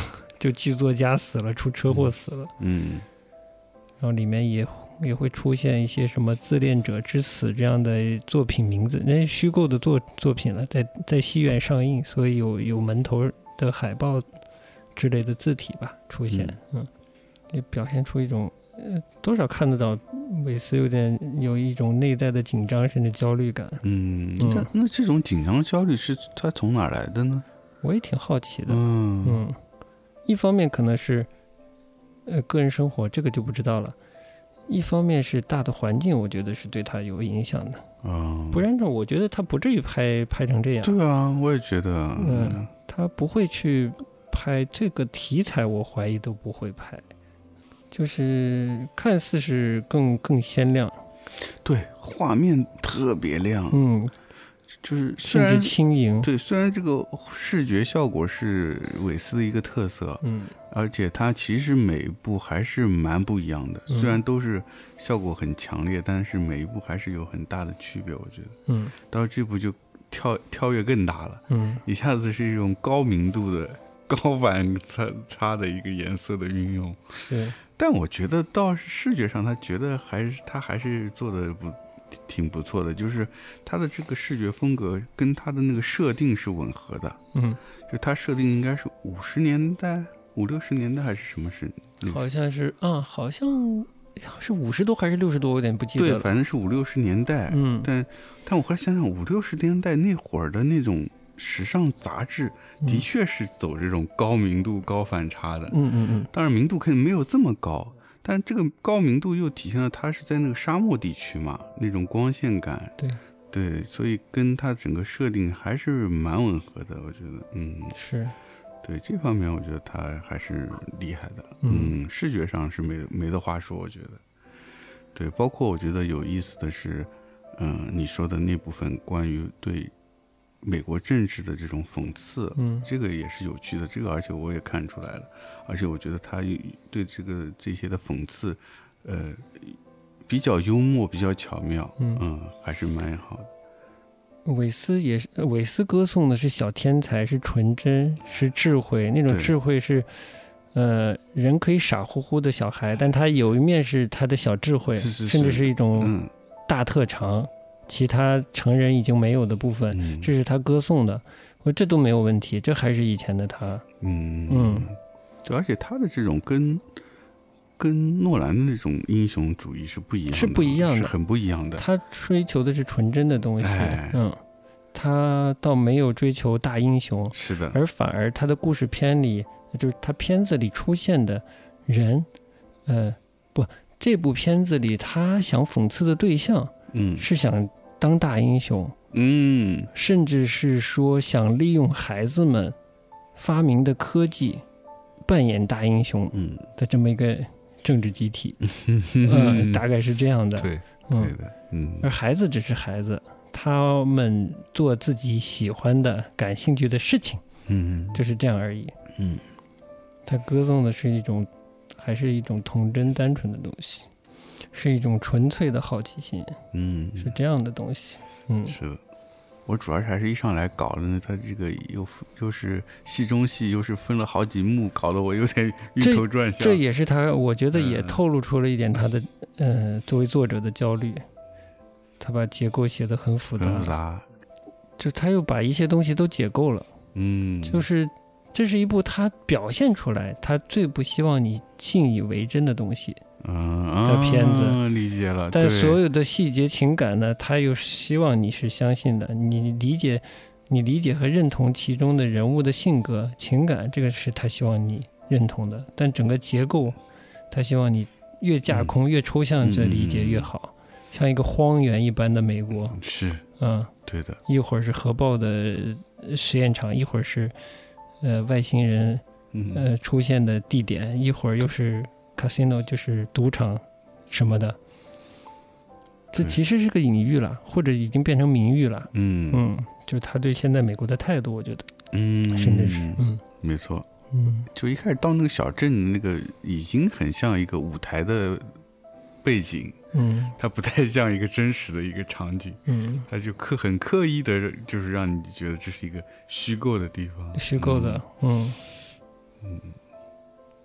就剧作家死了，出车祸死了， 嗯， 然后里面也也会出现一些什么自恋者之死这样的作品名字，那虚构的作作品了，在在戏院上映，所以有有门头的海报之类的字体吧出现，嗯，嗯也表现出一种呃多少看得到韦斯有点有一种内在的紧张甚至焦虑感。 嗯，那、嗯、那这种紧张焦虑是他从哪来的呢？ 我也挺好奇的。 嗯嗯，一方面可能是呃个人生活，这个就不知道了。一方面是大的环境，我觉得是对他有影响的。 嗯， 不然呢，我觉得他不至于拍拍成这样。 对啊，我也觉得。 嗯，他不会去拍这个题材，我怀疑都不会拍。就是看似是更更鲜亮， 对，画面特别亮， 嗯， 就是甚至轻盈。 对，虽然这个视觉效果是韦斯的一个特色， 嗯， 而且它其实每一部还是蛮不一样的。 嗯、 虽然都是效果很强烈，但是每一部还是有很大的区别。我觉得， 嗯， 到这部就跳跳跃更大了， 嗯， 一下子是一种高明度的。高反差差的一个颜色的运用， 是， 但我觉得到视觉上，他觉得还是他还是做的不挺不错的，就是他的这个视觉风格跟他的那个设定是吻合的， 嗯， 就他设定应该是五十年代、五六十年代还是什么是？ 好像是啊，好像是五十多还是六十多，我有点不记得了。 对，反正是五六十年代， 嗯， 但但我后来想想，五六十年代那会儿的那种。时尚杂志的确是走这种高明度、高反差的， 嗯嗯嗯， 当然明度肯定没有这么高，但这个高明度又体现了它是在那个沙漠地区嘛，那种光线感， 对对，所以跟它整个设定还是蛮吻合的，我觉得，嗯， 是， 对这方面我觉得它还是厉害的， 嗯， 嗯视觉上是没没得话说，我觉得，对，包括我觉得有意思的是，嗯、呃，你说的那部分关于对。美国政治的这种讽刺， 嗯， 这个也是有趣的，这个而且我也看出来了，而且我觉得他对这个这些的讽刺，呃，比较幽默，比较巧妙，嗯，嗯还是蛮好的。 韦斯也是，韦斯歌颂的是小天才，是纯真，是智慧，那种智慧是，呃，人可以傻乎乎的小孩，但他有一面是他的小智慧， 是是是甚至是一种大特长。嗯其他成人已经没有的部分， 嗯、 这是他歌颂的，我这都没有问题，这还是以前的他。 嗯嗯， 对，而且他的这种跟跟诺兰的那种英雄主义是不一样的， 是不一样的， 是很不一样的。 他追求的是纯真的东西， 哎、 嗯，他倒没有追求大英雄， 是的， 而反而他的故事片里，就是他片子里出现的人，呃，不，这部片子里他想讽刺的对象。 嗯， 是想当大英雄， 嗯， 甚至是说想利用孩子们发明的科技扮演大英雄的这么一个政治集体，嗯、呃，大概是这样的。 对，对的，嗯。 而孩子只是孩子，他们做自己喜欢的、感兴趣的事情， 嗯， 就是这样而已。 嗯， 他歌颂的是一种，还是一种童真单纯的东西。是一种纯粹的好奇心， 嗯， 是这样的东西，嗯， 是的。我主要是还是一上来搞的呢，他这个又又是戏中戏，又是分了好几幕，搞得我有点晕头转向。 这, 这也是他，我觉得也透露出了一点他的，嗯、呃，作为作者的焦虑。他把结构写得很复杂， 很复杂， 就他又把一些东西都解构了， 嗯， 就是这是一部他表现出来他最不希望你信以为真的东西。 嗯的片子、 啊、理解了， 但所有的细节情感呢，他又希望你是相信的，你理解，你理解和认同其中的人物的性格、情感，这个是他希望你认同的。但整个结构，他希望你越架空、嗯、越抽象着理解越好，嗯、像一个荒原一般的美国， 是， 嗯， 对的， 一会儿是核爆的实验场，一会儿是呃外星人呃出现的地点，一会儿又是。casino 就是赌场什么的，这其实是个隐喻了，或者已经变成明喻了。 嗯嗯，就是他对现在美国的态度，我觉得， 嗯， 甚至是嗯， 没错， 嗯， 就一开始到那个小镇，那个已经很像一个舞台的背景， 嗯， 它不太像一个真实的一个场景， 嗯， 它就刻很刻意的，就是让你觉得这是一个虚构的地方， 虚构的，嗯嗯。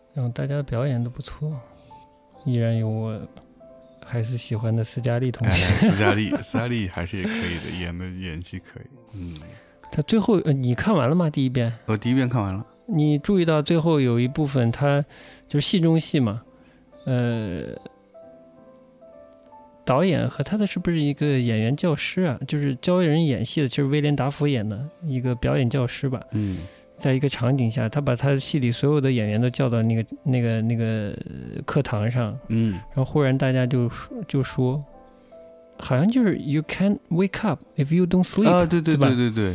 然后大家的表演都不错，依然有我还是喜欢的斯嘉丽同学。 哎、斯嘉丽，斯嘉丽还是也可以的，演的演技可以。嗯， 他最后、呃、你看完了吗？第一遍？ 我第一遍看完了。 你注意到最后有一部分，他就是戏中戏嘛，呃，导演和他的是不是一个演员教师啊？就是教人演戏的，就是威廉达福演的一个表演教师吧。 嗯。 在一个场景下，他把他戏里所有的演员都叫到那个那个那个课堂上， 嗯， 然后忽然大家就就说，好像就是 You can't wake up if you don't sleep 啊，对对对对对对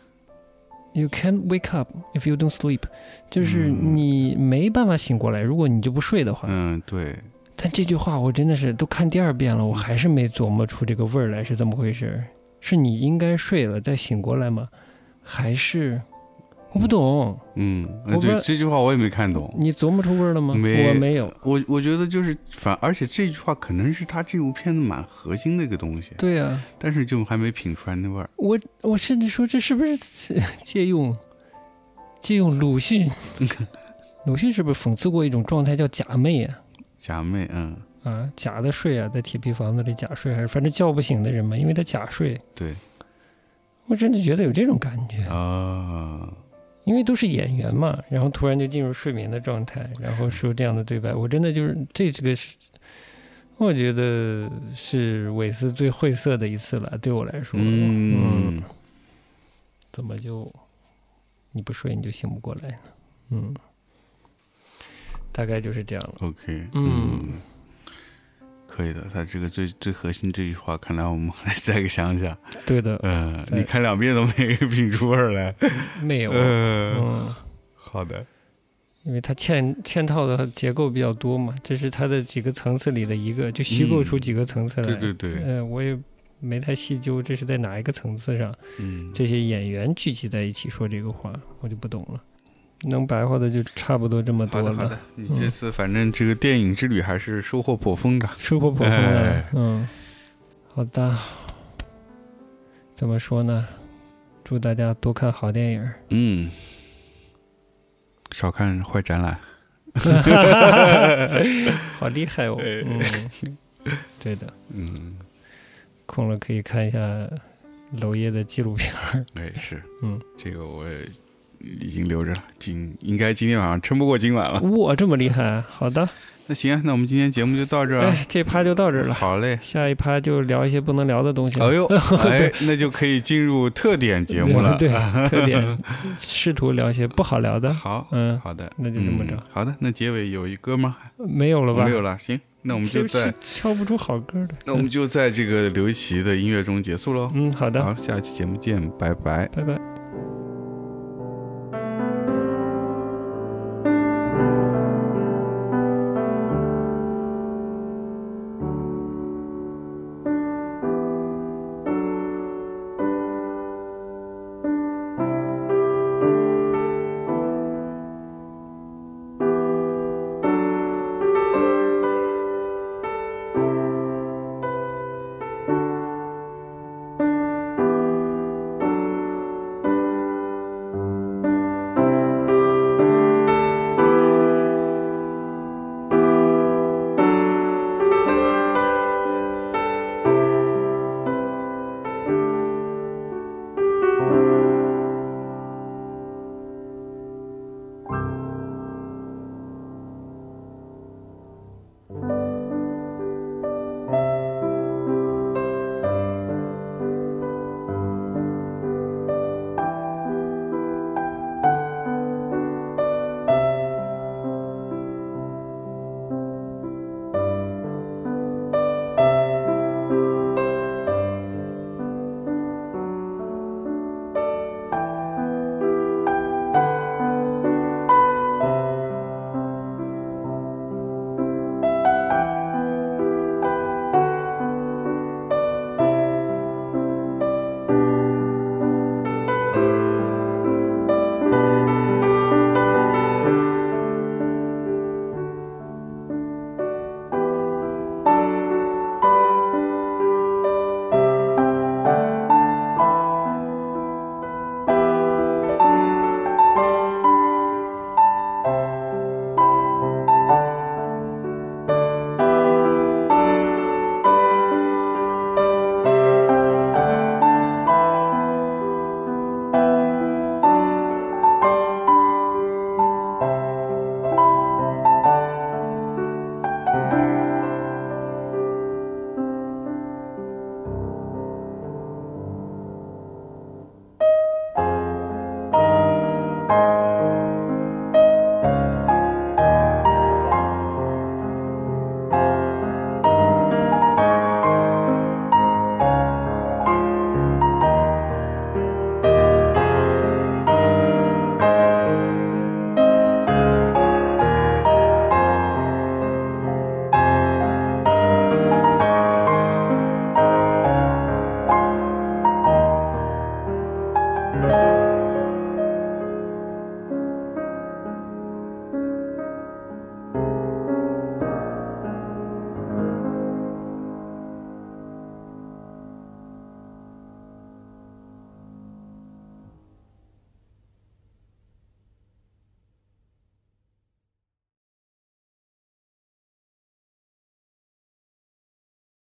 ，You can't wake up if you don't sleep， 就是你没办法醒过来，如果你就不睡的话。 嗯，对。 但这句话我真的是都看第二遍了，我还是没琢磨出这个味儿来是怎么回事，是你应该睡了再醒过来吗？还是？我不懂， 嗯，对，这句话我也没看懂。 你琢磨出味儿了吗？ 没， 我没有。 我我觉得就是反，而且这句话可能是他这部片子蛮核心的一个东西。 对啊， 但是就还没品出来那味儿。 我我甚至说这是不是借用借用鲁迅？鲁迅是不是讽刺过一种状态叫假寐啊？ 假寐，嗯。 啊，假的睡啊，在铁皮房子里假睡，还是反正叫不醒的人嘛，因为他假睡。 对。 我真的觉得有这种感觉啊。 因为都是演员嘛，然后突然就进入睡眠的状态，然后说这样的对白，我真的就是这这个是，我觉得是韦斯最晦涩的一次了，对我来说。嗯，嗯怎么就你不睡你就醒不过来呢？嗯，大概就是这样了。 OK， 嗯。 嗯可以的，他这个最最核心这句话，看来我们还再想想。 对的， 嗯、呃，你看两遍都没品出味儿来， 没有。 呃、 嗯， 好的， 因为它嵌嵌套的结构比较多嘛，这是它的几个层次里的一个，就虚构出几个层次来。 嗯、对对对， 呃，我也没太细究这是在哪一个层次上， 嗯， 这些演员聚集在一起说这个话，我就不懂了。能白话的就差不多这么多了。 好的，好的，你这次反正这个电影之旅还是收获颇丰的， 收获颇丰的。哎、嗯，好的。怎么说呢？祝大家多看好电影。 嗯，少看坏展览。 好厉害哦。嗯，对的。 嗯， 空了可以看一下娄烨的纪录片。 哎，是。 嗯， 这个我也已经留着了，今应该今天晚上撑不过今晚了。 哇，这么厉害！好的， 那行啊，那我们今天节目就到这儿、啊。 哎，这趴就到这儿了。 好嘞， 下一趴就聊一些不能聊的东西。 哎呦，哎，那就可以进入特点节目了。 对，对特点，试图聊一些不好聊的。 好， 嗯， 好的， 那就这么着、嗯。 好的，那结尾有一歌吗？ 没有了吧？ 没有了，行，那我们就在敲不出好歌的。 那我们就在这个刘一奇的音乐中结束喽。 嗯，好的。 好，下期节目见，拜拜， 拜拜。